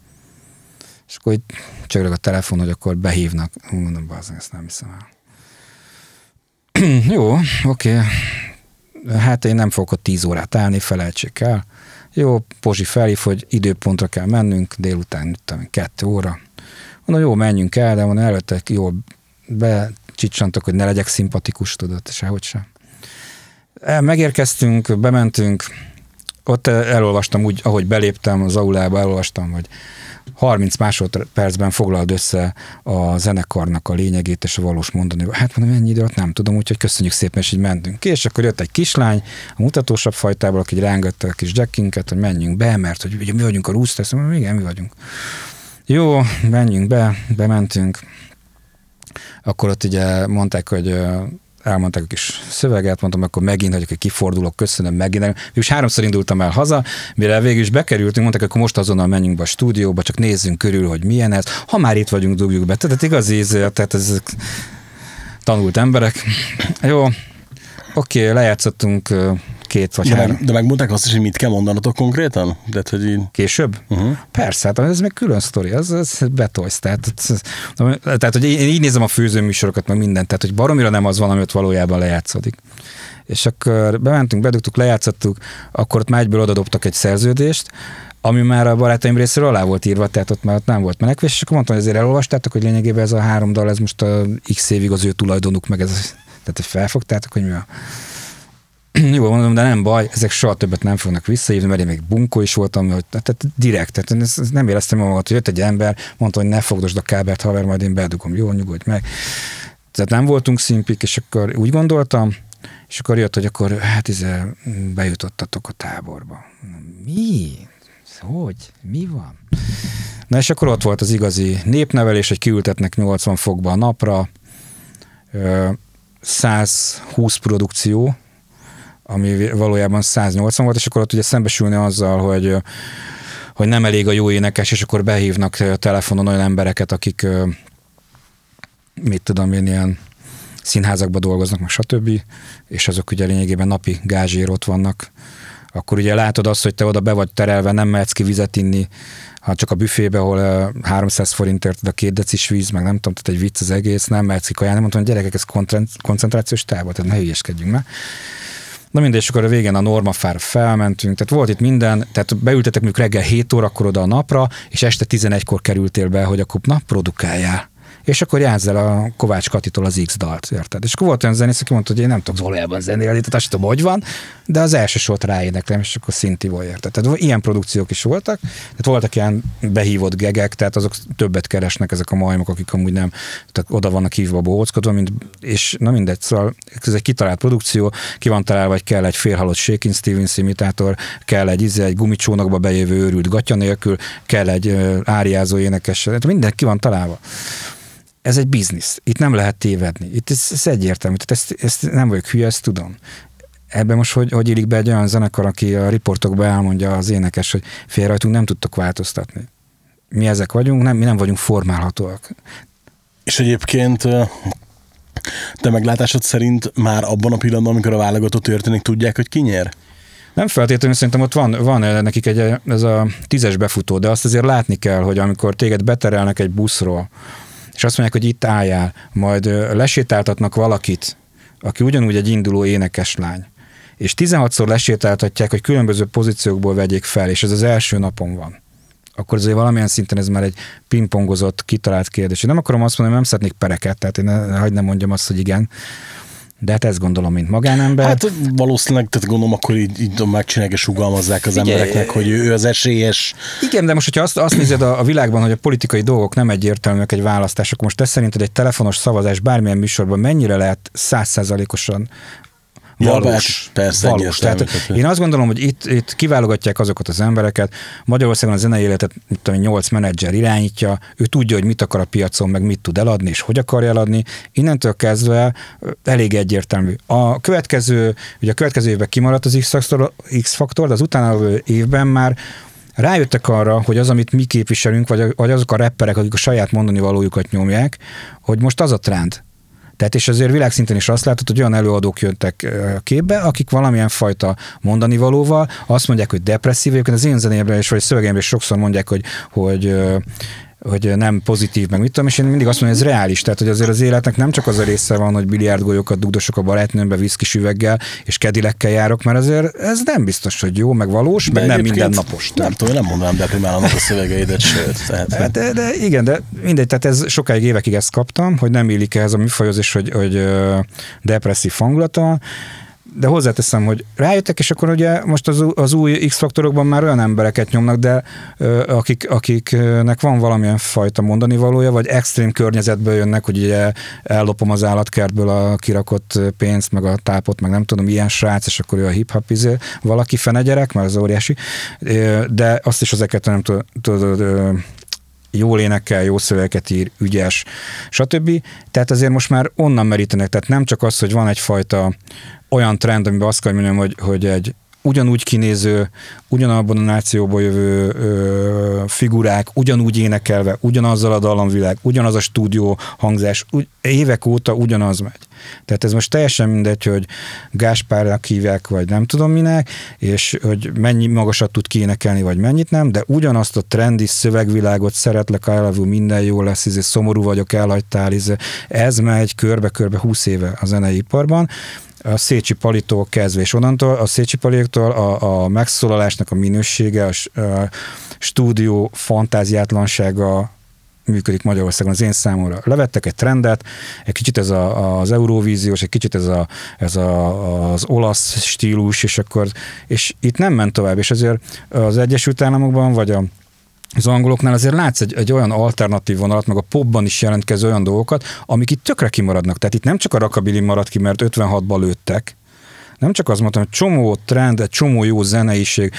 És akkor így csörög a telefon, hogy akkor behívnak. Mondom, bazdmeg, ezt nem hiszem el. Jó, oké. Hát én nem fogok ott 10 órát állni, felejtsék el. Jó, Pozsi felhív, hogy időpontra kell mennünk, délután 2 óra. Mondom, jó, menjünk el, de mondom, előtte jól becsicsantok, hogy ne legyek szimpatikus, tudod, sehogy sem. Megérkeztünk, bementünk, ott elolvastam úgy, ahogy beléptem az aulába, elolvastam, hogy 30 másodpercben foglald össze a zenekarnak a lényegét és a valós mondani. Hát mondom, ennyi idő alatt nem tudom, úgyhogy köszönjük szépen, és így mentünk ki, és akkor jött egy kislány, a mutatósabb fajtából, aki rángatta a kis jackinket, hogy menjünk be, mert hogy ugye mi vagyunk a Roosters, mondom, igen, mi vagyunk. Jó, menjünk be, bementünk. Akkor ott ugye mondták, hogy elmondták a kis szöveget, mondtam, akkor megint, hogy kifordulok, köszönöm, megint. És 3-szor indultam el haza, mire végül is bekerültünk, mondták, akkor most azonnal menjünk be a stúdióba, csak nézzünk körül, hogy milyen ez. Ha már itt vagyunk, dugjuk be. Tehát igazi, tehát ez tanult emberek. Jó, oké, lejátszottunk 2 vagy 3. De megmondták azt is, hogy mit kell mondanatok konkrétan? Tehát, hogy így... Később? Persze, hát ez meg külön sztori, ez betolsz. Tehát, hogy én így nézem a főzőműsorokat, meg mindent, tehát, hogy baromira nem az van, amit valójában lejátszódik. És akkor bementünk, bedugtuk, lejátszottuk, akkor ott már egyből odadobtak egy szerződést, ami már a barátaim részéről alá volt írva, tehát ott már ott nem volt menekvés, és akkor mondtam, hogy ezért elolvastátok, hogy lényegében ez a 3 dal, ez most a X évig az ő tulajdonuk, meg ez, tehát hogy felfogtátok, hogy mi a... Jó, mondom, de nem baj, ezek soha többet nem fognak visszahívni, mert én még bunkó is voltam, hogy, tehát direkt, tehát ezt nem éreztem magamat, hogy jött egy ember, mondta, hogy ne fogdosd a kábelt, haver, majd én bedugom, jó, nyugodj meg. Tehát nem voltunk szimpik, és akkor úgy gondoltam, és akkor jött, hogy akkor hát bejutottatok a táborba. Mi? Hogy? Mi van? Na és akkor ott volt az igazi népnevelés, hogy kiültetnek 80 fokba a napra, 120 produkció, ami valójában 180 volt, és akkor ott ugye szembesülni azzal, hogy nem elég a jó énekes, és akkor behívnak telefonon olyan embereket, akik mit tudom én, ilyen színházakban dolgoznak, meg stb., és azok ugye lényegében napi gázsért ott vannak. Akkor ugye látod azt, hogy te oda be vagy terelve, nem mehetsz ki vizet inni, ha csak a büfébe, ahol 300 forintért a 2 decis víz, meg nem tudom, tehát egy vicc az egész, nem mehetsz ki kajálni, mondtam, hogy gyerekek, ez koncentrációs tábor, tehát ne hülyeskedjünk meg. Na mindegy, és akkor a végén a normafára felmentünk, tehát volt itt minden, tehát beültetek mondjuk reggel 7 órakor oda a napra, és este 11-kor kerültél be, hogy akkor produkáljál. És akkor játsz el a Kovács Katitól az X dalt, érted? És akkor volt olyan zenész, aki mondta, hogy én nem tudok valójában zenélni, tehát azt tudom, hogy van, de az első sort ráéneklem, és akkor szintiból, érted? Tehát ilyen produkciók is voltak, tehát voltak ilyen behívott gegek, tehát azok többet keresnek ezek a majmok, akik amúgy nem, tehát oda vannak hívva bohóckodva, és na mindegy, szóval ez egy kitalált produkció, ki van találva, hogy kell egy félhalott Shakin' Stevens imitátor, kell egy gumicsónakba bejövő őrült gatya nélkül, kell egy áriázó énekes, tehát minden ki van találva. Ez egy biznisz. Itt nem lehet tévedni. Itt ez egyértelmű. Tehát ezt nem vagyok hülye, ezt tudom. Ebben most hogy illik be egy olyan zenekar, aki a riportokban elmondja az énekes, hogy félrajtunk nem tudtok változtatni. Mi ezek vagyunk, mi nem vagyunk formálhatóak. És egyébként te meglátásod szerint már abban a pillanatban, amikor a válogatott történik, tudják, hogy ki nyer? Nem feltétlenül, szerintem ott van nekik ez a 10-es befutó, de azt azért látni kell, hogy amikor téged beterelnek egy buszról, és azt mondják, hogy itt álljál, majd lesétáltatnak valakit, aki ugyanúgy egy induló énekeslány, és 16-szor lesétáltatják, hogy különböző pozíciókból vegyék fel, és ez az első napon van. Akkor azért valamilyen szinten ez már egy pingpongozott, kitalált kérdés. Én nem akarom azt mondani, hogy nem szeretnék pereket, tehát én hagyd nem mondjam azt, hogy igen, de hát ezt gondolom, mint magánember. Hát valószínűleg, tehát gondolom, akkor így megcsinálják és sugalmazzák az embereknek, hogy ő az esélyes. Igen, de most, hogyha azt nézed a világban, hogy a politikai dolgok nem egyértelműek egy választás, akkor most te szerinted egy telefonos szavazás bármilyen műsorban mennyire lehet 100%-osan valós. Persze, tehát én azt gondolom, hogy itt kiválogatják azokat az embereket. Magyarországon a zenei életet 8 menedzser irányítja, ő tudja, hogy mit akar a piacon, meg mit tud eladni, és hogy akarja eladni. Innentől kezdve elég egyértelmű. A következő évben kimaradt az X-faktor, de az utána évben már rájöttek arra, hogy az, amit mi képviselünk, vagy azok a rapperek, akik a saját mondani valójukat nyomják, hogy most az a trend. Tehát és azért világszinten is azt látod, hogy olyan előadók jöttek képbe, akik valamilyen fajta mondani valóval azt mondják, hogy depresszív, egyébként az én zenémre és vagy szövegeimre is sokszor mondják, hogy nem pozitív, meg mit tudom, és én mindig azt mondom, hogy ez reális, tehát hogy azért az életnek nem csak az a része van, hogy biliárdgolyókat dugdosok a barátnőmbe viszkis üveggel, és kedilekkel járok, mert azért ez nem biztos, hogy jó, meg valós, meg nem mindennapos. Nem tudom, nem mondanám deprimálnak a szövegeidet, sőt. Tehát... De igen, de mindegy, tehát ez sokáig évekig ezt kaptam, hogy nem illik ehhez a műfajhoz, és hogy depresszív hangulata. de hozzáteszem, hogy rájöttek, és akkor ugye most az új X-faktorokban már olyan embereket nyomnak, de akiknek van valamilyen fajta mondani valója, vagy extrém környezetből jönnek, hogy ugye ellopom az állatkertből a kirakott pénzt, meg a tápot, meg nem tudom, ilyen srác, és akkor ő a hip-hop valaki fene gyerek, mert az óriási, de azt is ezeket nem tudod jól énekel, jó szövegeket ír, ügyes, stb. Tehát azért most már onnan merítenek, tehát nem csak az, hogy van egyfajta olyan trend, amiben azt kell mondjam, hogy egy ugyanúgy kinéző, ugyanabban a nációból jövő figurák, ugyanúgy énekelve, ugyanazzal a dallamvilág, ugyanaz a stúdió hangzás, évek óta ugyanaz megy. Tehát ez most teljesen mindegy, hogy Gáspárnak hívják, vagy nem tudom minek, és hogy mennyi magasat tud kiénekelni, vagy mennyit nem, de ugyanazt a trendi szövegvilágot, szeretlek, I love you, minden jó lesz, szomorú vagyok, elhagytál, ez megy körbe-körbe 20 éve a zenei iparban, a Szécsi Palitól kezdve, és onnantól a Szécsi Paliktól a megszólalásnak a minősége, a stúdió fantáziátlansága működik Magyarországon az én számomra. Levettek egy trendet, egy kicsit ez az Eurovíziós, egy kicsit ez az olasz stílus, és itt nem ment tovább, és azért az Egyesült Államokban, vagy az angoloknál azért látsz egy olyan alternatív vonalat, meg a popban is jelentkező olyan dolgokat, amik itt tökre kimaradnak. Tehát itt nem csak a rockabilly marad ki, mert 56-ban lőttek, nem csak azt mondtam, hogy csomó trend, egy csomó jó zeneiség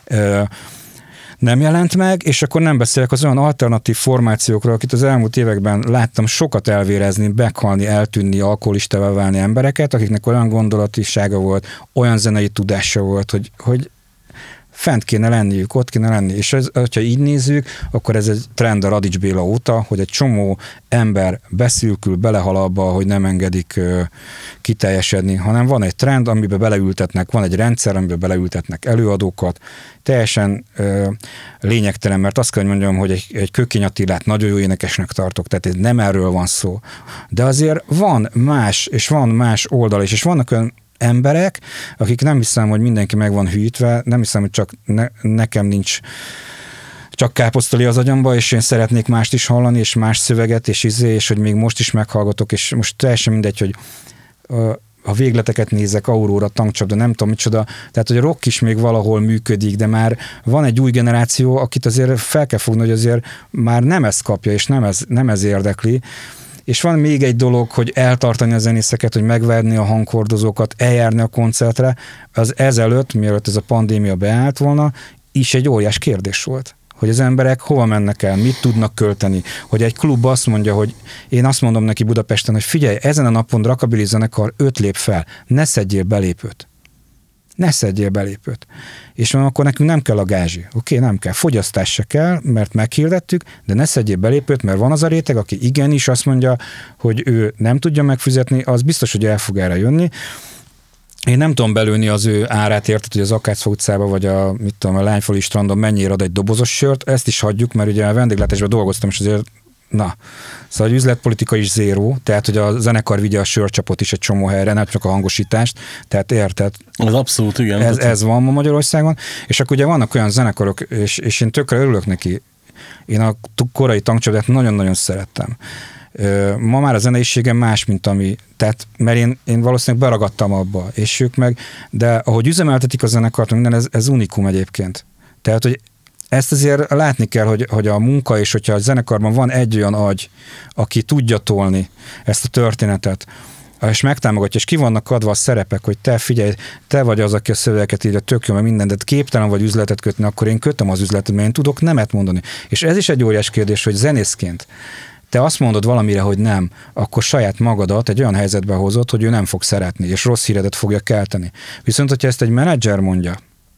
nem jelent meg, és akkor nem beszélek az olyan alternatív formációkról, akit az elmúlt években láttam sokat elvérezni, meghalni, eltűnni, alkoholistává válni embereket, akiknek olyan gondolatisága volt, olyan zenei tudása volt, hogy fent kéne lenniük, ott kéne lenni. És ha így nézzük, akkor ez egy trend a Radics Béla óta, hogy egy csomó ember beszűkül, belehal abba, hogy nem engedik kiteljesedni, hanem van egy trend, amiben beleültetnek, van egy rendszer, amiben beleültetnek előadókat. Teljesen lényegtelen, mert azt kell, hogy mondjam, hogy egy Kökény Attilát nagyon jó énekesnek tartok, tehát nem erről van szó. De azért van más oldal is, és vannak olyan emberek, akik nem hiszem, hogy mindenki meg van hűtve, nem hiszem, hogy csak nekem nincs csak káposztali az agyamba, és én szeretnék mást is hallani, és más szöveget, és hogy még most is meghallgatok, és most teljesen mindegy, hogy a végleteket nézek, Aurora, tankcsapda, nem tudom micsoda, tehát hogy a rock is még valahol működik, de már van egy új generáció, akit azért fel kell fogni, hogy azért már nem ez kapja, és nem ez érdekli. És van még egy dolog, hogy eltartani a zenészeket, hogy megverni a hanghordozókat, eljárni a koncertre, az ezelőtt, mielőtt ez a pandémia beállt volna, is egy óriás kérdés volt. Hogy az emberek hova mennek el, mit tudnak költeni. Hogy egy klub azt mondja, hogy én azt mondom neki Budapesten, hogy figyelj, ezen a napon rockabilly zenekar 5 lép fel, ne szedjél belépőt. Ne szedjél belépőt. És akkor nekünk nem kell a gázsi. Oké, nem kell. Fogyasztás se kell, mert meghirdettük, de ne szedjél belépőt, mert van az a réteg, aki igenis azt mondja, hogy ő nem tudja megfizetni, az biztos, hogy el fog erre jönni. Én nem tudom belőni az ő árát, érted, hogy az Akácfa utcában, vagy a Lányfali strandon mennyire ad egy dobozos sört, ezt is hagyjuk, mert ugye a vendéglátásban dolgoztam, és azért szóval üzletpolitika is zéró, tehát hogy a zenekar vigye a sörcsapot is egy csomó helyre, nem csak a hangosítást, tehát érted? Ez abszolút, igen. Ez van ma Magyarországon, és akkor ugye vannak olyan zenekarok, és én tökre örülök neki. Én a korai tankcsapdát nagyon-nagyon szerettem. Ma már a zeneiségem más, mint ami, tehát, mert én valószínűleg beragadtam abba, és ők meg, de ahogy üzemeltetik a zenekart, minden, ez unikum egyébként. Tehát, hogy ezt azért látni kell, hogy a munka, és hogyha a zenekarban van egy olyan agy, aki tudja tolni ezt a történetet, és megtámogatja, és ki vannak adva a szerepek, hogy te figyelj, te vagy az, aki a szövegeket írja, tök jó, mert minden, de képtelen vagy üzletet kötni, akkor én kötöm az üzletet, mert én tudok nemet mondani. És ez is egy óriás kérdés, hogy zenészként te azt mondod valamire, hogy nem, akkor saját magadat egy olyan helyzetbe hozod, hogy ő nem fog szeretni, és rossz híredet fogja kelteni. Viszont, hogyha ezt egy menedzser mondja,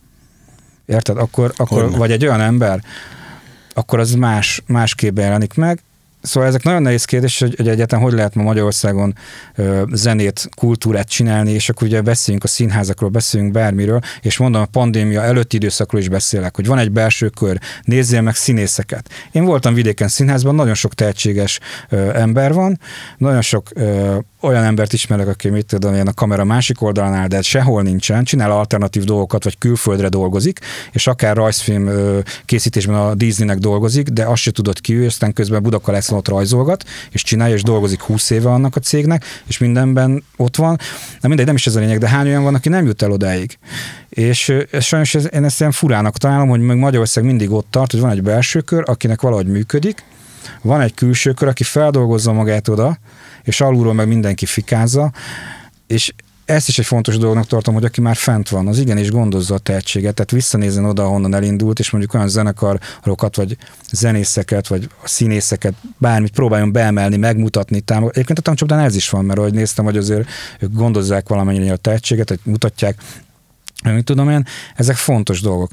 érted? Akkor vagy egy olyan ember, akkor az másképp jelenik meg. Szóval ezek nagyon nehéz kérdés, hogy egyáltalán hogy lehet ma Magyarországon zenét, kultúrát csinálni, és akkor ugye beszéljünk a színházakról, beszéljünk bármiről, és mondom, a pandémia előtti időszakról is beszélek, hogy van egy belső kör, nézzél meg színészeket. Én voltam vidéken színházban, nagyon sok tehetséges ember van, nagyon sok olyan embert ismerek, aki mit tudom én, a kamera másik oldalán áll, de sehol nincsen, csinál alternatív dolgokat, vagy külföldre dolgozik, és akár rajzfilm készítésben a Disneynek dolgozik, de azt se tudod ki, aztán közben Budakalász van, ott rajzolgat, és csinálja, és dolgozik 20 éve annak a cégnek, és mindenben ott van. Na mindegy, nem is ez a lényeg, de hány olyan van, aki nem jut el odáig. És sajnos én ezt ilyen furának találom, hogy meg Magyarország mindig ott tart, hogy van egy belső kör, akinek valahogy működik, van egy külső kör, aki feldolgozza magát oda, és alulról meg mindenki fikázza, és ezt is egy fontos dolognak tartom, hogy aki már fent van, az igenis gondozza a tehetséget, tehát visszanézzen oda, ahonnan elindult, és mondjuk olyan zenekarokat, vagy zenészeket, vagy színészeket, bármit próbáljon beemelni, megmutatni, támogatni. Egyébként a tancsapdán ez is van, mert ahogy néztem, hogy azért ők gondozzák valamennyire a tehetséget, hogy mutatják, mit tudom én, ezek fontos dolgok.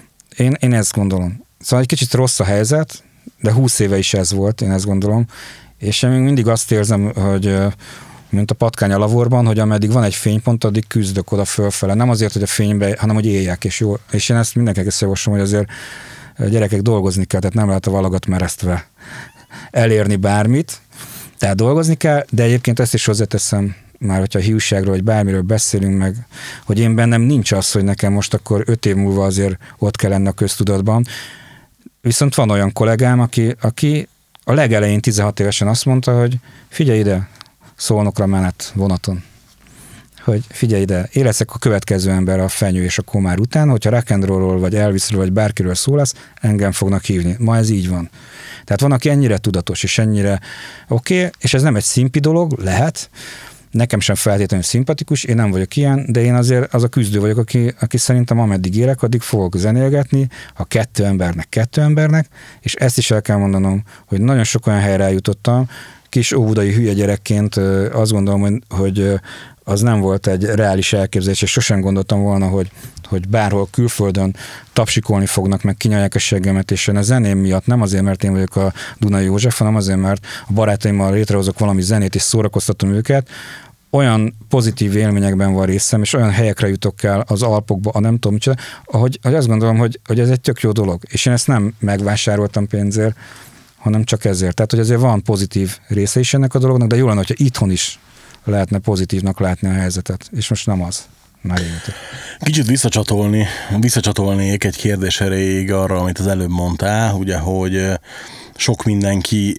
Én ezt gondolom. Szóval egy kicsit rossz a helyzet, de 20 éve is ez volt, én ezt gondolom, és én még mindig azt érzem, hogy mint a patkány a lavorban, hogy ameddig van egy fénypont, addig küzdök oda fölfele. Nem azért, hogy a fénybe, hanem hogy éljek, és én ezt mindenkinek javaslom, hogy azért a gyerekek dolgozni kell, tehát nem lehet a valagat meresztve elérni bármit, tehát dolgozni kell, de egyébként ezt is hozzáteszem, már hogyha a hiúságról, vagy bármiről beszélünk meg, hogy én bennem nincs az, hogy nekem most akkor 5 év múlva azért ott kell lenni a köztudatban. Viszont van olyan kollégám, aki a legelején 16 évesen azt mondta, hogy figyelj ide, Szolnokra menet vonaton. Hogy figyelj ide, én leszek a következő ember a Fenyő és a Komár után, hogyha rock and rollról, vagy Elvisről, vagy bárkiről szó lesz, engem fognak hívni. Ma ez így van. Tehát van, aki ennyire tudatos, és ennyire oké, és ez nem egy szimpi dolog, lehet, nekem sem feltétlenül szimpatikus, én nem vagyok ilyen, de én azért az a küzdő vagyok, aki szerintem ameddig élek, addig fogok zenélgetni, a 2 embernek, és ezt is el kell mondanom, hogy nagyon sok olyan helyre eljutottam, kis óbudai hülye gyerekként azt gondolom, hogy az nem volt egy reális elképzelés, és sosem gondoltam volna, hogy bárhol külföldön tapsikolni fognak, meg kinyalják a seggemet, és én a zeném miatt, nem azért, mert én vagyok a Dunai József, hanem azért, mert a barátaimmal létrehozok valami zenét, és szórakoztatom őket, olyan pozitív élményekben van részem, és olyan helyekre jutok el az Alpokba, a nem tudom micsoda, hogy azt gondolom, hogy ez egy tök jó dolog. És én ezt nem megvásároltam pénzért, hanem csak ezért. Tehát, hogy azért van pozitív része is ennek a dolognak, de jó lenne, hogyha itthon is lehetne pozitívnak látni a helyzetet. És most nem az. Már éltek. Kicsit visszacsatolnék egy kérdés erejéig arra, amit az előbb mondtál, ugye, hogy sok mindenki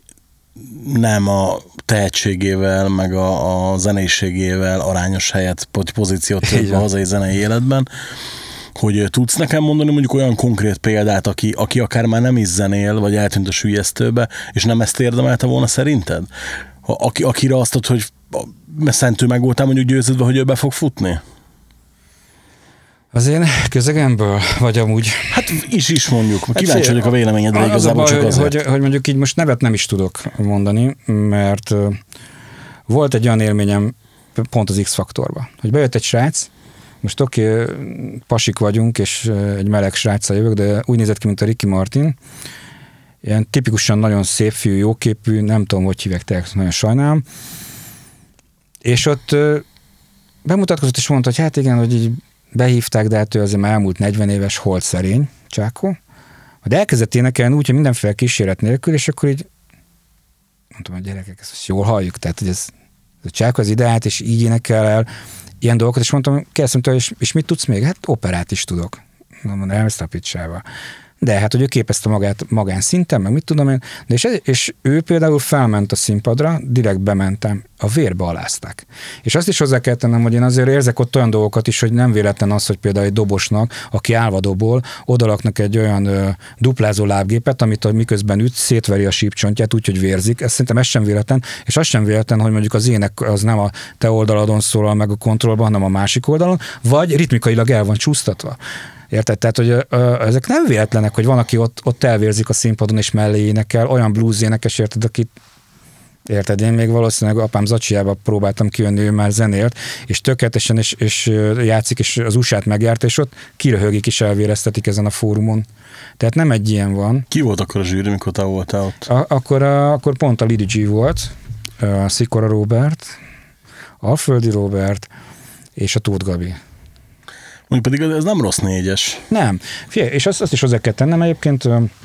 nem a tehetségével, meg a zenészségével arányos helyet, pozíciót tölt a hazai zenei életben, hogy tudsz nekem mondani mondjuk olyan konkrét példát, aki akár már nem is zenél, vagy eltűnt a süllyesztőbe, és nem ezt érdemelte volna szerinted? Akire azt ad, hogy szentül meg voltál mondjuk győződve, hogy ő be fog futni? Az én közegemből, vagy amúgy? Hát is mondjuk. Kíváncsi vagyok a véleményedre, igazából csak azért. Hogy mondjuk így most nevet nem is tudok mondani, mert volt egy olyan élményem pont az X-faktorba, hogy bejött egy srác, most oké, pasik vagyunk, és egy meleg sráccal jövök, de úgy nézett ki, mint a Ricky Martin. Ilyen tipikusan nagyon szép fiú, jóképű, nem tudom, hogy hívják, tehát nagyon sajnálom. És ott bemutatkozott, és mondta, hogy hát igen, hogy így behívták, de hát ő azért már elmúlt 40 éves, holt szerény, Csákó. De elkezdett énekelni úgy, hogy mindenféle kíséret nélkül, és akkor így mondtam, hogy gyerekek, ezt jól halljuk, tehát hogy ez a Csákó az ideát, és így énekel el ilyen dolgokat, és mondtam, kérdeztem tőle, és mit tudsz még? Hát operát is tudok. Mondom, elmész a picsába. De hát, hogy ő képezte magát magánszinten, meg mit tudom én, de és ő például felment a színpadra, direkt bementem, a vérbe alázták. És azt is hozzá kell tennem, hogy én azért érzek ott olyan dolgokat is, hogy nem véletlen az, hogy például egy dobosnak, aki állva dobol, odalaknak egy olyan duplázó lábgépet, amit miközben üt, szétveri a sípcsontját, úgyhogy vérzik. Ez szerintem ez sem véletlen, és az sem véletlen, hogy mondjuk az ének az nem a te oldaladon szólal meg a kontrollban, hanem a másik oldalon, vagy ritmikailag el van csúsztatva. Érted? Tehát, hogy ezek nem véletlenek, hogy van, aki ott elvérzik a színpadon, és mellé énekel, olyan blues énekes, érted, akit érted, én még valószínűleg apám zacsiába próbáltam kijönni, ő már zenélt, és tökéletesen és játszik, és az USA-t megjárt, és ott kiröhögik és elvéreztetik ezen a fórumon. Tehát nem egy ilyen van. Ki volt akkor a zsűri, mikor te voltál ott? Akkor pont a Lidi G volt, a Szikora Róbert, Alföldi Róbert, és a Tóth Gabi. Mondjuk pedig ez nem rossz 4-es. Nem. Figyelj, és azt is hozzá kell tennem egyébként,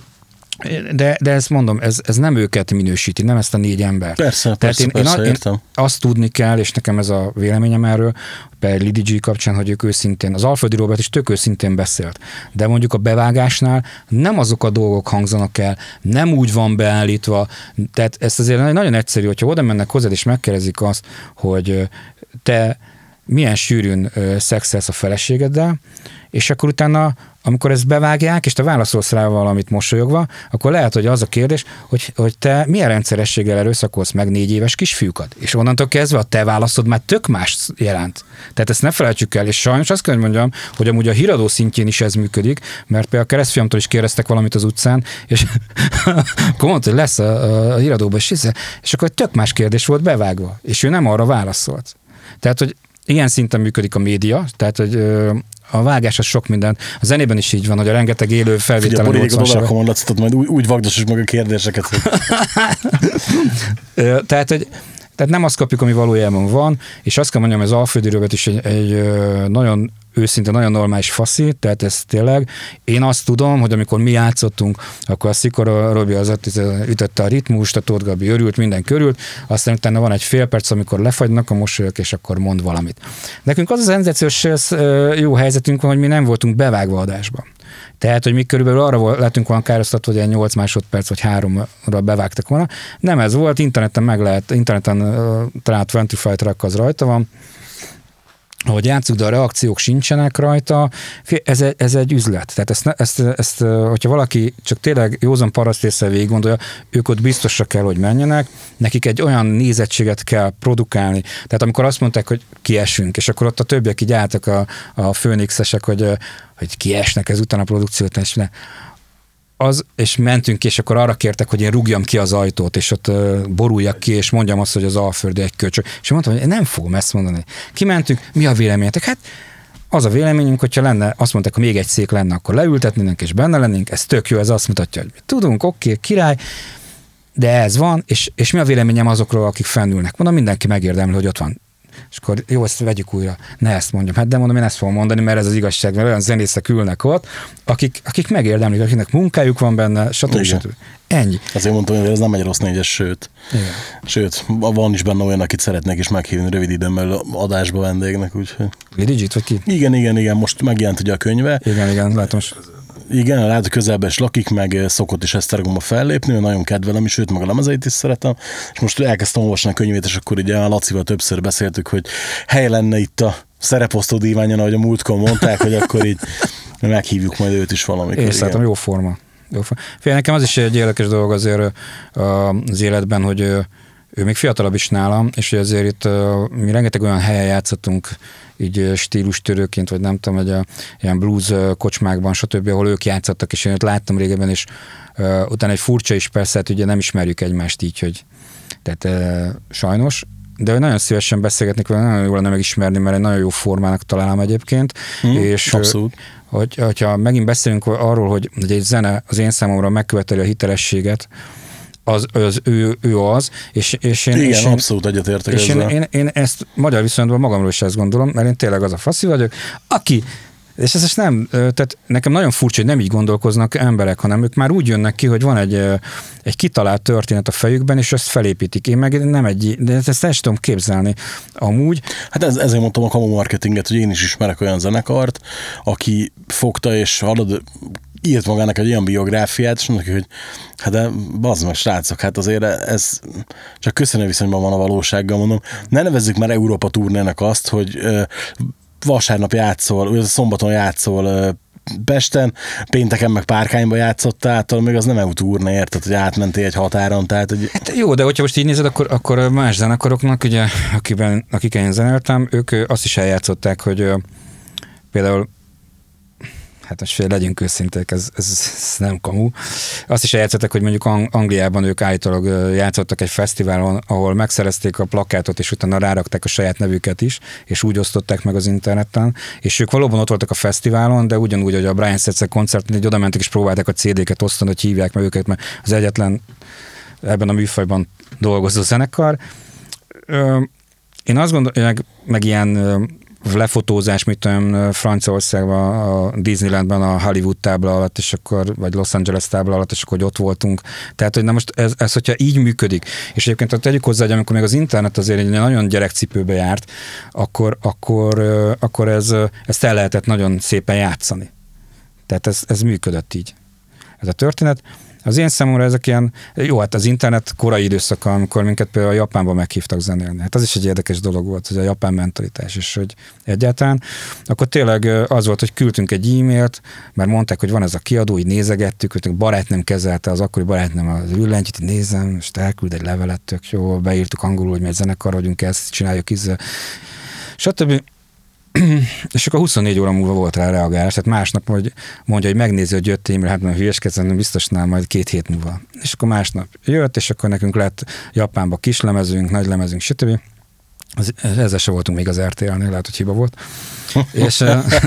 De ezt mondom, ez nem őket minősíti, nem ezt a 4 embert. Persze, értem. Én azt tudni kell, és nekem ez a véleményem erről, például Lidi G kapcsán, hogy ők őszintén, az Alföldi Robert is tök őszintén beszélt, de mondjuk a bevágásnál nem azok a dolgok hangzanak el, nem úgy van beállítva, tehát ezt azért nagyon egyszerű, hogyha oda mennek hozzád és megkérdezik azt, hogy te milyen sűrűn szexelsz a feleségeddel, és akkor utána, amikor ezt bevágják, és te válaszolsz rá valamit mosolyogva, akkor lehet, hogy az a kérdés, hogy te milyen rendszerességgel erőszakolsz meg 4 éves kisfiúkat. És onnantól kezdve a te válaszod már tök más jelent. Tehát ezt ne felejtsük el, és sajnos azt kell, hogy mondjam, hogy amúgy a híradó szintjén is ez működik, mert például a keresztfiamtól is kérdeztek valamit az utcán, és akkor mondta, hogy lesz a híradóban, és akkor tök más kérdés volt bevágva, és ő nem arra válaszolt. Tehát, hogy ilyen szinten működik a média, tehát, hogy a vágás az sok minden. A zenében is így van, hogy a rengeteg élő felvétel. Figyelj, a borítjuk oda, majd úgy vagdossuk meg a kérdéseket. Tehát nem azt kapjuk, ami valójában van, és azt kell mondjam, hogy az Alföldi Robert is egy nagyon őszinte, nagyon normális faszi, tehát ez tényleg. Én azt tudom, hogy amikor mi játszottunk, akkor a Szikora Robi az ütötte a ritmust, a Tóth Gabi örült, minden körült, aztán utána van egy fél perc, amikor lefagynak a mosolyok, és akkor mond valamit. Nekünk az a szenzációs jó helyzetünk van, hogy mi nem voltunk bevágva adásba. Tehát, hogy mi körülbelül arra lettünk volna károsztatva, hogy 8 másodperc vagy 3-ra bevágtak volna. Nem ez volt, interneten talán 25 track az rajta van, ahogy játszunk, de a reakciók sincsenek rajta. Ez egy üzlet. Tehát ezt, hogyha valaki csak tényleg józan parasztésszel végig gondolja, ők ott biztosra kell, hogy menjenek, nekik egy olyan nézettséget kell produkálni. Tehát amikor azt mondták, hogy kiesünk, és akkor ott a többiek így álltak a főnixesek, hogy kiesnek ezután a produkciót, és mentünk ki, és akkor arra kértek, hogy én rúgjam ki az ajtót, és ott boruljak ki, és mondjam azt, hogy az Alföldi egy köcsög. És mondtam, hogy nem fogom ezt mondani. Kimentünk, mi a véleményetek? Hát az a véleményünk, hogyha lenne, azt mondták, hogy még egy szék lenne, akkor leültetnénk, és benne lennénk, ez tök jó, ez azt mutatja, hogy mi tudunk, oké, király, de ez van, és mi a véleményem azokról, akik fennülnek? Mondom, mindenki megérdemli, hogy ott van. És akkor jó, ezt vegyük újra, ne ezt mondjam. Hát de mondom, én ezt fogom mondani, mert ez az igazság, mert olyan zenészek ülnek ott, akik megérdemlik, akiknek munkájuk van benne, stb. Ennyi. Azért mondtam, hogy ez nem egy rossz 4-es, sőt, van is benne olyan, akit szeretnék is meghívni rövid időn belül adásba vendégnek, úgyhogy. Lidigit vagy ki? Igen, most megjelent ugye a könyve. Igen, látom. Igen, lehet, hogy közelben is lakik, meg szokott is Esztergomba fellépni, nagyon kedvelem is őt, meg a lemezeit is szeretem, és most elkezdtem olvasni a könyvét, és akkor ugye a Lacival többször beszéltük, hogy hely lenne itt a szereposztó díványon, ahogy a múltkor mondták, hogy akkor így meghívjuk majd őt is valamikor. Én szeretem, jó forma. Fél, nekem az is egy érdekes dolog azért az életben, hogy ő még fiatalabb is nálam, és azért itt mi rengeteg olyan helyen játszottunk, így stílustörőként, vagy nem tudom, hogy ilyen blues kocsmákban, stb., ahol ők játszottak, és én ott láttam régebben, és utána egy furcsa is persze, hát ugye nem ismerjük egymást így, hogy tehát sajnos, de nagyon szívesen beszélgetnék vele, nagyon jól lenne megismerni, mert egy nagyon jó formának találom egyébként. És abszolút. Hogyha megint beszélünk arról, hogy egy zene az én számomra megköveteli a hitelességet, ő az, és én abszolút egyetértek ezzel. Én ezt magyar viszonylatban magamról is ezt gondolom, mert én tényleg az a faszi vagyok, aki, és ez nem, tehát nekem nagyon furcsa, hogy nem így gondolkoznak emberek, hanem ők már úgy jönnek ki, hogy van egy kitalált történet a fejükben, és ezt felépítik. Én meg nem de ezt el sem tudom képzelni amúgy. Hát ezért mondtam a kamu marketinget, hogy én is ismerek olyan zenekart, aki fogta, és írt magának egy olyan biográfiát, és mondjuk, hogy hát de bazd meg, srácok, hát azért ez csak köszönő viszonyban van a valósággal, mondom. Ne nevezzük már Európa turnének azt, hogy vasárnap játszol, vagy szombaton játszol Pesten, pénteken meg Párkányba játszottál, még az nem EU turné, érted, hogy átmentél egy határon, tehát... Hogy... Hát jó, de hogyha most így nézed, akkor más zenekaroknak, ugye, akikkel én zenéltem, ők azt is eljátszották, hogy például hát most legyünk őszinték, ez nem kamu. Azt is eljátszottak, hogy mondjuk Angliában ők állítólag játszottak egy fesztiválon, ahol megszerezték a plakátot, és utána rárakták a saját nevüket is, és úgy osztották meg az interneten, és ők valóban ott voltak a fesztiválon, de ugyanúgy, hogy a Brian Setzer koncerten, így oda mentek és próbálták a CD-ket osztani, hogy hívják meg őket, mert az egyetlen ebben a műfajban dolgozó zenekar. Én azt gondolom, meg ilyen lefotózás, mit tudom, Franciaországban, a Disneylandben a Hollywood tábla alatt, és akkor, vagy Los Angeles tábla alatt, és akkor ott voltunk. Tehát, hogy na most ez hogyha így működik, és egyébként tegyük hozzá, hogy amikor még az internet azért egy nagyon gyerekcipőbe járt, akkor ezt el lehetett nagyon szépen játszani. Tehát ez működött így. Ez a történet. Az én számomra ezek ilyen, jó, hát az internet korai időszaka, amikor minket például a Japánban meghívtak zenélni. Hát az is egy érdekes dolog volt, hogy a japán mentalitás, és hogy egyáltalán. Akkor tényleg az volt, hogy küldtünk egy e-mailt, mert mondták, hogy van ez a kiadó, így nézegettük, hogy barátnőm kezelte, az akkori barátnőm az üllentyűt, így nézem, és elküld egy levelet, tök jó, beírtuk angolul, hogy mi egy zenekar vagyunk, ezt csináljuk, stb. És akkor 24 óra múlva volt rá reagálás, tehát másnap mondja, hogy megnézi, hogy jött e-mail, hát nem hülyeskedzen, biztos nem, majd 2 hét múlva. És akkor másnap jött, és akkor nekünk lett Japánba kislemezünk, nagy lemezünk, stb. Ezzel se voltunk még az RTL-nél, lehet, hogy hiba volt. és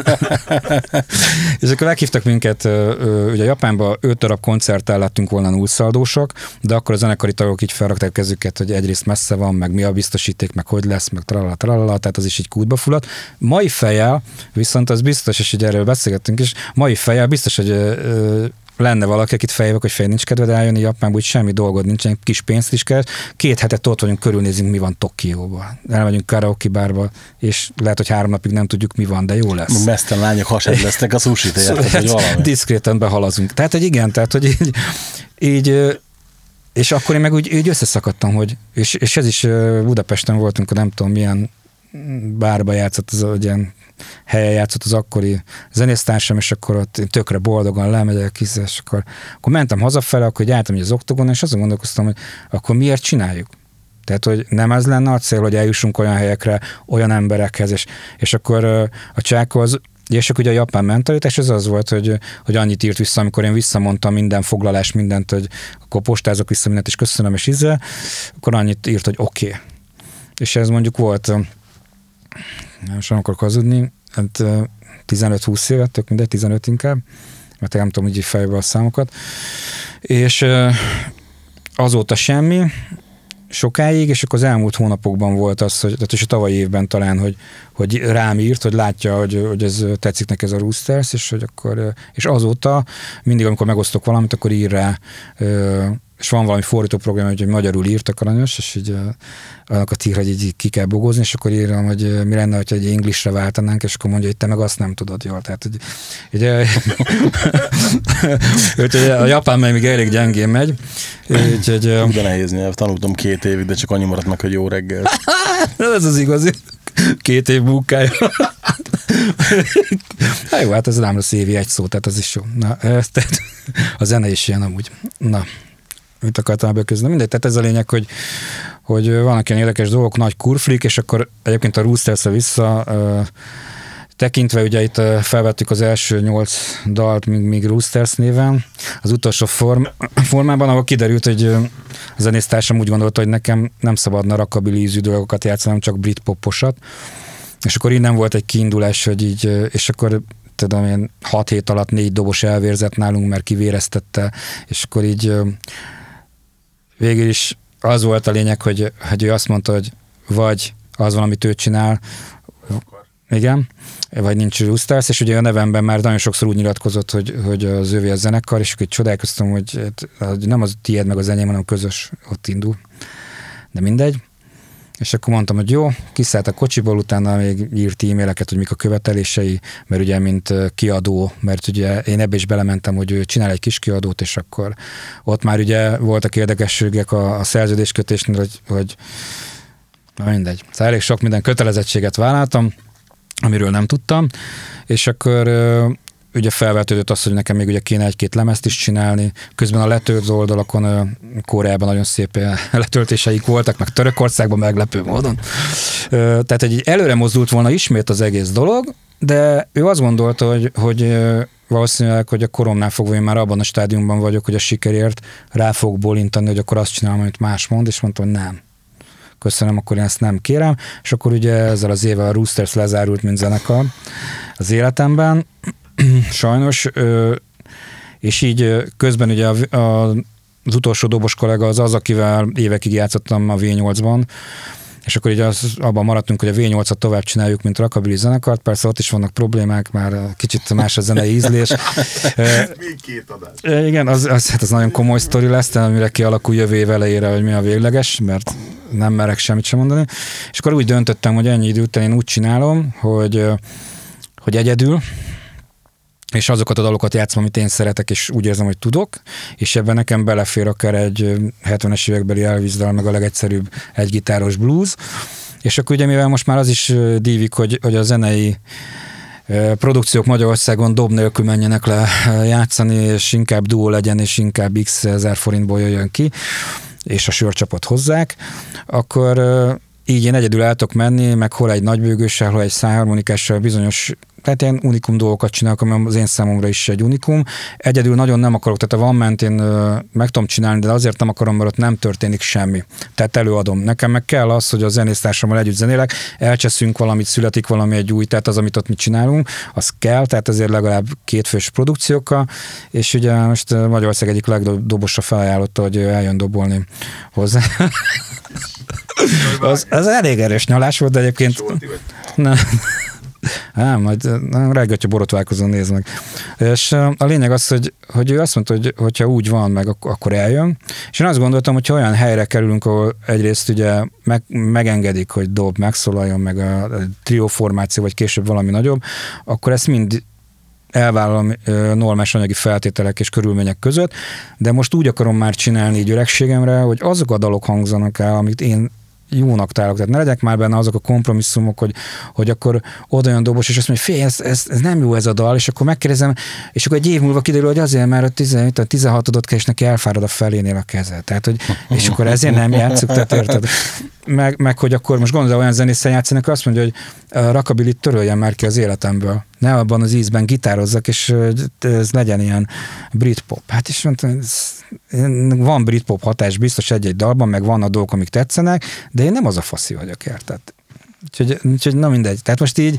akkor meghívtak minket, ugye Japánban 5 darab koncerttel lettünk volna nullszaldósok, de akkor a zenekari tagok így felrakták a kezüket, hogy egyrészt messze van, meg mi a biztosíték, meg hogy lesz, meg tralala, tehát az is így kútba fulladt. Mai fejjel, viszont az biztos, és ugye erről beszélgettünk is, mai fejjel biztos, hogy lenne valaki, akit fejvek, hogy nincs kedved eljönni Japánba, úgy semmi dolgod nincsen, kis pénzt is kell. 2 hetet ott vagyunk, körülnézünk, mi van Tokióban. Elmegyünk karaoke bárba, és lehet, hogy 3 napig nem tudjuk, mi van, de jó lesz. Mesztelen lányok hasad lesznek a sushit, érted, valami. Diszkréten behalazunk. Tehát, hogy igen, tehát, hogy így és akkor én meg úgy összeszakadtam, hogy, és ez is Budapesten voltunk, nem tudom milyen bárba játszott, az ilyen helyen játszott az akkori zenésztársam, és akkor ott tökre boldogan lemegyek, és akkor mentem hazafele, akkor jártam az Oktogonon, és azon gondolkoztam, hogy akkor miért csináljuk? Tehát, hogy nem ez lenne a cél, hogy eljussunk olyan helyekre, olyan emberekhez, és akkor a Csáko az, és akkor ugye a japán mentalitás az volt, hogy annyit írt vissza, amikor én visszamondtam minden foglalás, mindent, hogy akkor postázok vissza mindent, és köszönöm, és akkor annyit írt, hogy oké. És ez mondjuk volt, nem akarok hazudni, hát 15-20 évet, tök mindegy, 15 inkább, mert nem tudom így fejbe a számokat, és azóta semmi, sokáig, és akkor az elmúlt hónapokban volt az, hogy, tehát és a tavalyi évben talán, hogy rám írt, hogy látja, hogy ez tetszik neki ez a Roosters, és hogy akkor, és azóta mindig, amikor megosztok valamit, akkor ír rá, és van valami fordítóprogram, hogy magyarul írtak aranyos, és így annak a tír, hogy így ki kell bogozni, és akkor írom, hogy mi lenne, hogyha egy Englishre váltanánk, és akkor mondja, hogy te meg azt nem tudod jól. Tehát, hogy a japán még elég gyengén megy. De nehéz nyelv, tanultam 2 évig, de csak annyi maradt meg, hogy jó reggel. Ez az igazi. 2 év munkája. Hát jó, hát ez nem lesz évi 1 szó, tehát az is jó. Na, tehát a zene is ilyen amúgy. Na, mit akartam ebből közben? Mindegy, tehát ez a lényeg, hogy vannak ilyen érdekes dolgok, nagy kurflik, és akkor egyébként a Roosters-re vissza tekintve, ugye itt felvettük az első 8 dalt még Roosters néven, az utolsó formában, ahol kiderült, hogy a zenésztársam úgy gondolta, hogy nekem nem szabadna rockabilly ízű dolgokat játszani, csak brit poposat, és akkor innen volt egy kiindulás, hogy így, és akkor tudom én 6 hét alatt 4 dobos elvérzett nálunk, mert kivéreztette, és akkor így végül is az volt a lényeg, hogy ő azt mondta, hogy vagy az van, amit ő csinál, igen, vagy nincs Roosters, és ugye a nevemben már nagyon sokszor úgy nyilatkozott, hogy az ővé a zenekar, és akkor csodálkoztam, hogy nem az tiéd meg az enyém, hanem közös ott indul. De mindegy. És akkor mondtam, hogy jó, kiszállt a kocsiból, utána még írt e-maileket, hogy mik a követelései, mert ugye mint kiadó, mert ugye én ebbe is belementem, hogy ő csinál egy kis kiadót, és akkor ott már ugye voltak érdekességek a szerződéskötésnél, hogy na mindegy. Szóval elég sok minden kötelezettséget vállaltam, amiről nem tudtam, és akkor ugye felvetődött az, hogy nekem még ugye kéne 1-2 lemezt is csinálni, közben a letölt oldalakon Koreában nagyon szép letöltéseik voltak, meg Törökországban meglepő módon. Tehát egy előre mozdult volna ismét az egész dolog, de ő azt gondolta, hogy valószínűleg, hogy a koromnál fogva én már abban a stádiumban vagyok, hogy a sikerért rá fog bólintani, hogy akkor azt csinálom, amit más mond, és mondtam, hogy nem. Köszönöm, akkor én ezt nem kérem, és akkor ugye ezzel az évvel a Roosters lezárult, mint zenekar az életemben, sajnos, és így közben ugye az utolsó dobos kollega az, akivel évekig játszottam a V8-ban, és akkor így abban maradtunk, hogy a V8-at tovább csináljuk, mint rockabilly zenekart, persze ott is vannak problémák, már kicsit más a zenei ízlés. Még 2 adás. Igen, az nagyon komoly sztori lesz, amire kialakul jövő év elejére, hogy mi a végleges, mert nem merek semmit sem mondani. És akkor úgy döntöttem, hogy ennyi idő után én úgy csinálom, hogy egyedül, és azokat a dalokat játszom, amit én szeretek, és úgy érzem, hogy tudok, és ebben nekem belefér akár egy 70-es évekbeli Elvis dal, meg a legegyszerűbb egygitáros blues, és akkor ugye mivel most már az is dívik, hogy a zenei produkciók Magyarországon dob nélkül menjenek le játszani, és inkább duó legyen, és inkább x 1000 forintból jöjjön ki, és a sörcsapot hozzák, akkor így én egyedül el tudok menni, meg hol egy nagybőgőssel, hol egy szájharmonikással bizonyos, tehát ilyen unikum dolgokat csinálok, ami az én számomra is egy unikum. Egyedül nagyon nem akarok, tehát a One Man-t én meg tudom csinálni, de azért nem akarom, mert ott nem történik semmi. Tehát előadom. Nekem meg kell az, hogy a zenésztársammal együtt zenélek, elcseszünk valamit, születik valami egy új, tehát az, amit ott mi csinálunk, az kell, tehát ezért legalább 2 fős produkciókkal, és ugye most Magyarország egyik legdobosra felajánlotta, hogy eljön dobolni hozzá. Az elég erős nyalás volt, de egyébként... Majd reggel, hogyha borotválkozón nézd meg. És a lényeg az, hogy ő azt mondta, hogy ha úgy van, meg akkor eljön. És én azt gondoltam, hogy olyan helyre kerülünk, ahol egyrészt ugye megengedik, hogy dob, megszólaljon, meg a trióformáció, vagy később valami nagyobb, akkor ezt mind elvállalom normális anyagi feltételek és körülmények között, de most úgy akarom már csinálni így öregségemre, hogy azok a dalok hangzanak el, amit én jónak találok. Tehát ne legyek már benne azok a kompromisszumok, hogy akkor oda jön dobos, és azt mondja, hogy ez nem jó ez a dal, és akkor megkérdezem, és akkor egy év múlva kiderül, hogy azért, mert a 16-odot kell, és neki elfárad a felénél a keze. Tehát, hogy, és akkor ezért nem játszuk, tehát érted? Meg hogy akkor most gondolod, olyan zenészen játszanak, azt mondja, hogy a rockabillyt töröljen már ki az életemből. Ne abban az ízben gitározzak, és ez legyen ilyen britpop. Hát is mondtam, van britpop hatás biztos egy-egy dalban, meg vannak dolgok, amik tetszenek, de én nem az a faszi vagyok, érted? Úgyhogy na mindegy. Tehát most így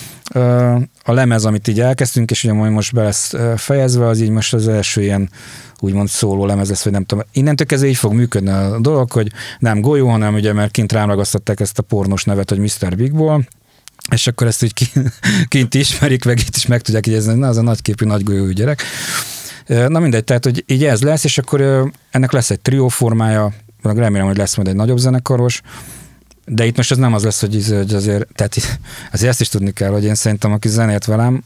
a lemez, amit így elkezdtünk, és ugye most be lesz fejezve, az így most az első ilyen úgymond szóló lemez lesz, vagy nem tudom. Innentől kezdve így fog működni a dolog, hogy nem golyó, hanem ugye, mert kint rám ragasztották ezt a pornos nevet, hogy Mr. Bigból, és akkor ezt úgy kint ismerik, meg itt is meg tudják jegyezni, na az a nagyképű, nagy golyójú gyerek. Na mindegy, tehát, hogy így ez lesz, és akkor ennek lesz egy trió formája, meg remélem, hogy lesz majd egy nagyobb zenekaros, de itt most ez nem az lesz, hogy azért, tehát azért ezt is tudni kell, hogy én szerintem, aki zenélt velem,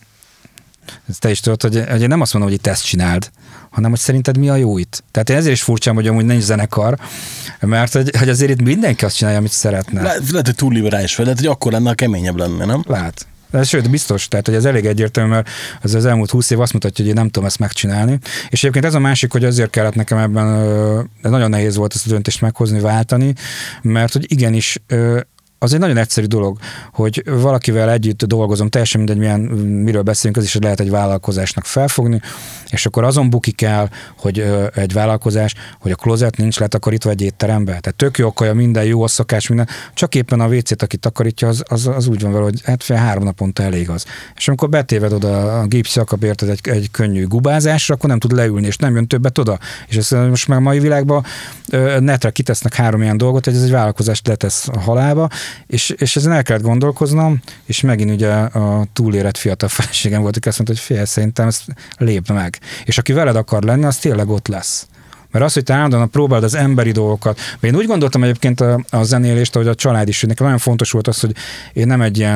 te is tudod, hogy én nem azt mondom, hogy itt ezt csináld, hanem hogy szerinted mi a jó itt. Tehát én ezért is furcsám, hogy amúgy nincs zenekar, mert hogy azért itt mindenki azt csinálja, amit szeretne. Lehet, hogy túl liberális vagy, lehet, hogy akkor lenne, a keményebb lenne, nem? Lehet. De sőt, biztos, tehát hogy ez elég egyértelmű, mert az elmúlt 20 év azt mutatja, hogy én nem tudom ezt megcsinálni. És egyébként ez a másik, hogy azért kellett nekem ebben, nagyon nehéz volt ezt a döntést meghozni, váltani, mert hogy igenis az egy nagyon egyszerű dolog, hogy valakivel együtt dolgozom, teljesen mindegy, miről beszélünk, ez is lehet egy vállalkozásnak felfogni, és akkor azon bukik el, hogy egy vállalkozás, hogy a klozet nincs letakarítva egy étterembe. Tehát tök jó kaja, minden jó, a szakás, minden, csak éppen a WC-t, aki takarítja, az úgy van vele, hogy hát 3 naponta elég az. És amikor betéved oda a gipszakap, érted egy könnyű gubázásra, akkor nem tud leülni, és nem jön többet oda. És ezt most már a mai világban netre kitesznek 3 ilyen dolgot, hogy ez egy vállalkozást letesz a halálba, és ezen el kellett gondolkoznom, és megint ugye a túlérett fiatal feleségem volt, aki azt mondta, hogy fél, szerintem ezt lépd meg. És aki veled akar lenni, az tényleg ott lesz. Mert az, hogy te állandóan próbáld az emberi dolgokat. Mert én úgy gondoltam egyébként a zenélést, hogy a család is, nekem nagyon fontos volt az, hogy én nem egy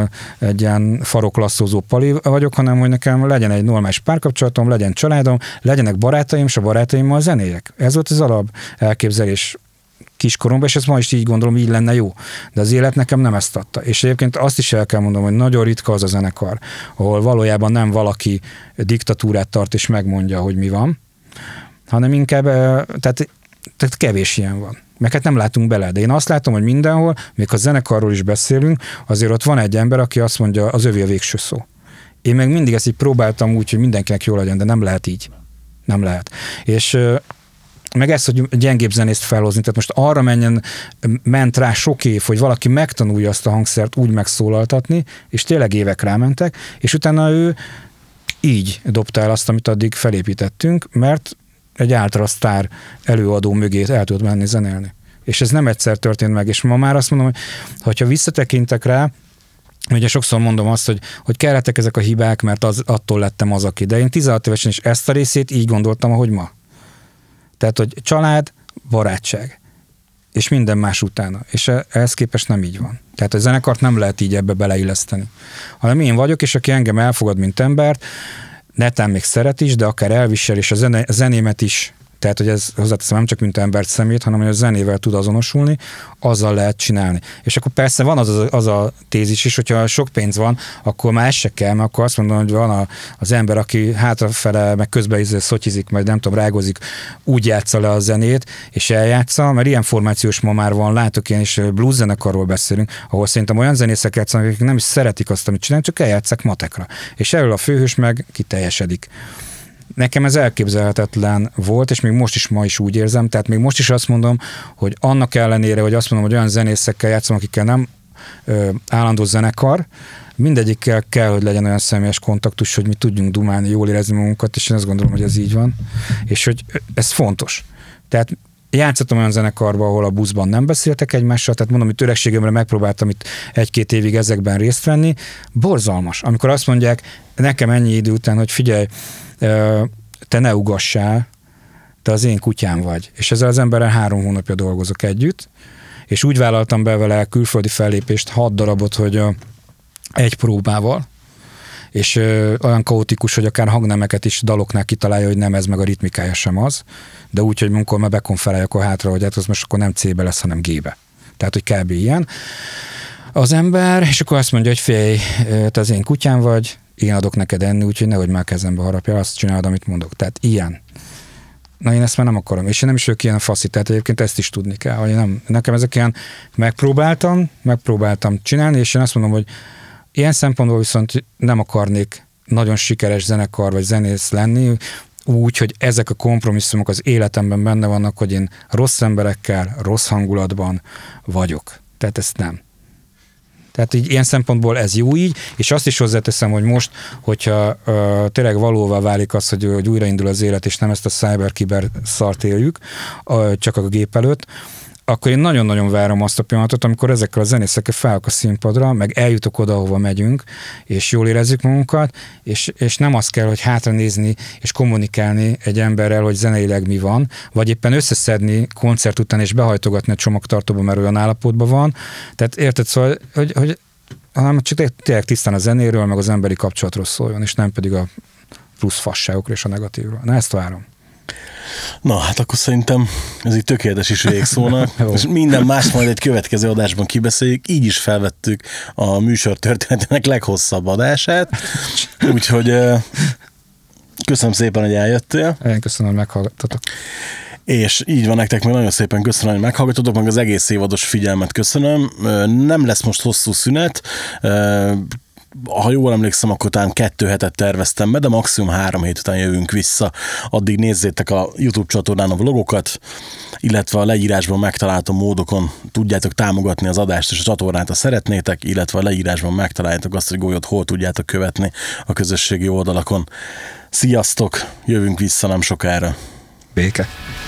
ilyen faroklasztózó pali vagyok, hanem hogy nekem legyen egy normális párkapcsolatom, legyen családom, legyenek barátaim, és a barátaimmal zenéljek. Ez volt az alap elképzelés kiskoromban, és ezt ma is így gondolom, így lenne jó. De az élet nekem nem ezt adta. És egyébként azt is el kell mondanom, hogy nagyon ritka az a zenekar, ahol valójában nem valaki diktatúrát tart és megmondja, hogy mi van, hanem inkább, tehát kevés ilyen van. Meg hát nem látunk bele, de én azt látom, hogy mindenhol, még ha zenekarról is beszélünk, azért ott van egy ember, aki azt mondja, az övé a végső szó. Én meg mindig ezt így próbáltam úgy, hogy mindenkinek jó legyen, de nem lehet így. Nem lehet. És meg ezt, hogy gyengébb zenészt felhozni, tehát most arra ment rá sok év, hogy valaki megtanulja azt a hangszert úgy megszólaltatni, és tényleg évek rámentek, és utána ő így dobta el azt, amit addig felépítettünk, mert egy általa sztár előadó mögé el tudott menni zenélni. És ez nem egyszer történt meg, és ma már azt mondom, hogy ha visszatekintek rá, ugye sokszor mondom azt, hogy kellettek ezek a hibák, mert attól lettem az, aki. De én 16 évesen is ezt a részét így gondoltam, ahogy ma. Tehát, hogy család, barátság. És minden más utána. És ehhez képest nem így van. Tehát a zenekart nem lehet így ebbe beleilleszteni. Hanem én vagyok, és aki engem elfogad, mint embert, netán még szeret is, de akár elvisel, és a zenémet is, tehát, hogy ez hozzáteszem nem csak mint embert szemét, hanem hogy a zenével tud azonosulni, azzal lehet csinálni. És akkor persze van az a tézis is, hogyha sok pénz van, akkor már ez se kell, mert akkor azt mondom, hogy van az ember, aki hátrafele, meg közben szotyizik, majd nem tudom, rágozik, úgy játsza le a zenét, és eljátsza, mert ilyen formációs ma már van, látok én is, blues zenekarról beszélünk, ahol szerintem olyan zenészek játszanak, akik nem is szeretik azt, amit csinálnak, csak eljátszák matekra. És erről a főhős meg kiteljesedik. Nekem ez elképzelhetetlen volt, és még most is ma is úgy érzem, tehát még most is azt mondom, hogy annak ellenére, hogy azt mondom, hogy olyan zenészekkel játszom, akikkel nem állandó zenekar, mindegyikkel kell, hogy legyen olyan személyes kontaktus, hogy mi tudjunk dumálni, jól érezni magunkat, és én azt gondolom, hogy ez így van, és hogy ez fontos. Tehát játszottam olyan zenekarban, ahol a buszban nem beszéltek egymással, tehát mondom, hogy öregségemre megpróbáltam itt 1-2 évig ezekben részt venni. Borzalmas. Amikor azt mondják nekem ennyi idő után, hogy figyelj, te ne ugassál, te az én kutyám vagy. És ezzel az emberrel 3 hónapja dolgozok együtt, és úgy vállaltam be vele külföldi fellépést 6 darabot, hogy egy próbával, és olyan kaotikus, hogy akár hangnemeket is daloknál kitalálja, hogy nem ez, meg a ritmikája sem az, de úgy, hogy amikor már bekonferálja akkor hátra, hogy hát az most akkor nem C-be lesz, hanem G-be. Tehát, hogy kb. Ilyen. Az ember, és akkor azt mondja, hogy félj, te az én kutyám vagy, én adok neked enni, úgyhogy nehogy már kezembe harapja, azt csinálod, amit mondok. Tehát ilyen. Na én ezt már nem akarom, és én nem is vagyok ilyen faszi, tehát egyébként ezt is tudni kell, hogy nem. Nekem ezek ilyen megpróbáltam csinálni, és én azt mondom, hogy ilyen szempontból viszont nem akarnék nagyon sikeres zenekar vagy zenész lenni, úgy, hogy ezek a kompromisszumok az életemben benne vannak, hogy én rossz emberekkel, rossz hangulatban vagyok. Tehát ezt nem. Tehát így ilyen szempontból ez jó így, és azt is hozzáteszem, hogy most, hogyha tényleg valóvá válik az, hogy újraindul az élet, és nem ezt a cyber-kiber szart éljük, csak a gép előtt, akkor én nagyon-nagyon várom azt a pillanatot, amikor ezekkel a zenészekkel felállok a színpadra, meg eljutok oda, ahova megyünk, és jól érezzük magunkat, és nem azt kell, hogy hátra nézni és kommunikálni egy emberrel, hogy zeneileg mi van, vagy éppen összeszedni koncert után és behajtogatni a csomagtartóba, mert olyan állapotban van. Tehát érted, szóval, hogy hanem csak tényleg tisztán a zenéről, meg az emberi kapcsolatról szóljon, és nem pedig a plusz fasságokról és a negatívról. Na, ezt várom. Na, hát akkor szerintem ez így tökéletes is végszónak, és minden más majd egy következő adásban kibeszéljük, így is felvettük a műsor történetének leghosszabb adását, úgyhogy köszönöm szépen, hogy eljöttél. Én köszönöm, hogy meghallgattatok. És így van, nektek meg nagyon szépen köszönöm, hogy meghallgatotok, meg az egész évados figyelmet köszönöm. Nem lesz most hosszú szünet, ha jól emlékszem, akkor talán 2 hetet terveztem be, de maximum 3 hét után jövünk vissza. Addig nézzétek a YouTube csatornán a vlogokat, illetve a leírásban megtalálható módokon tudjátok támogatni az adást és a csatornát, ha szeretnétek, illetve a leírásban megtaláljátok azt, hogy Golyót hol tudjátok követni a közösségi oldalakon. Sziasztok! Jövünk vissza nem sokára. Béke!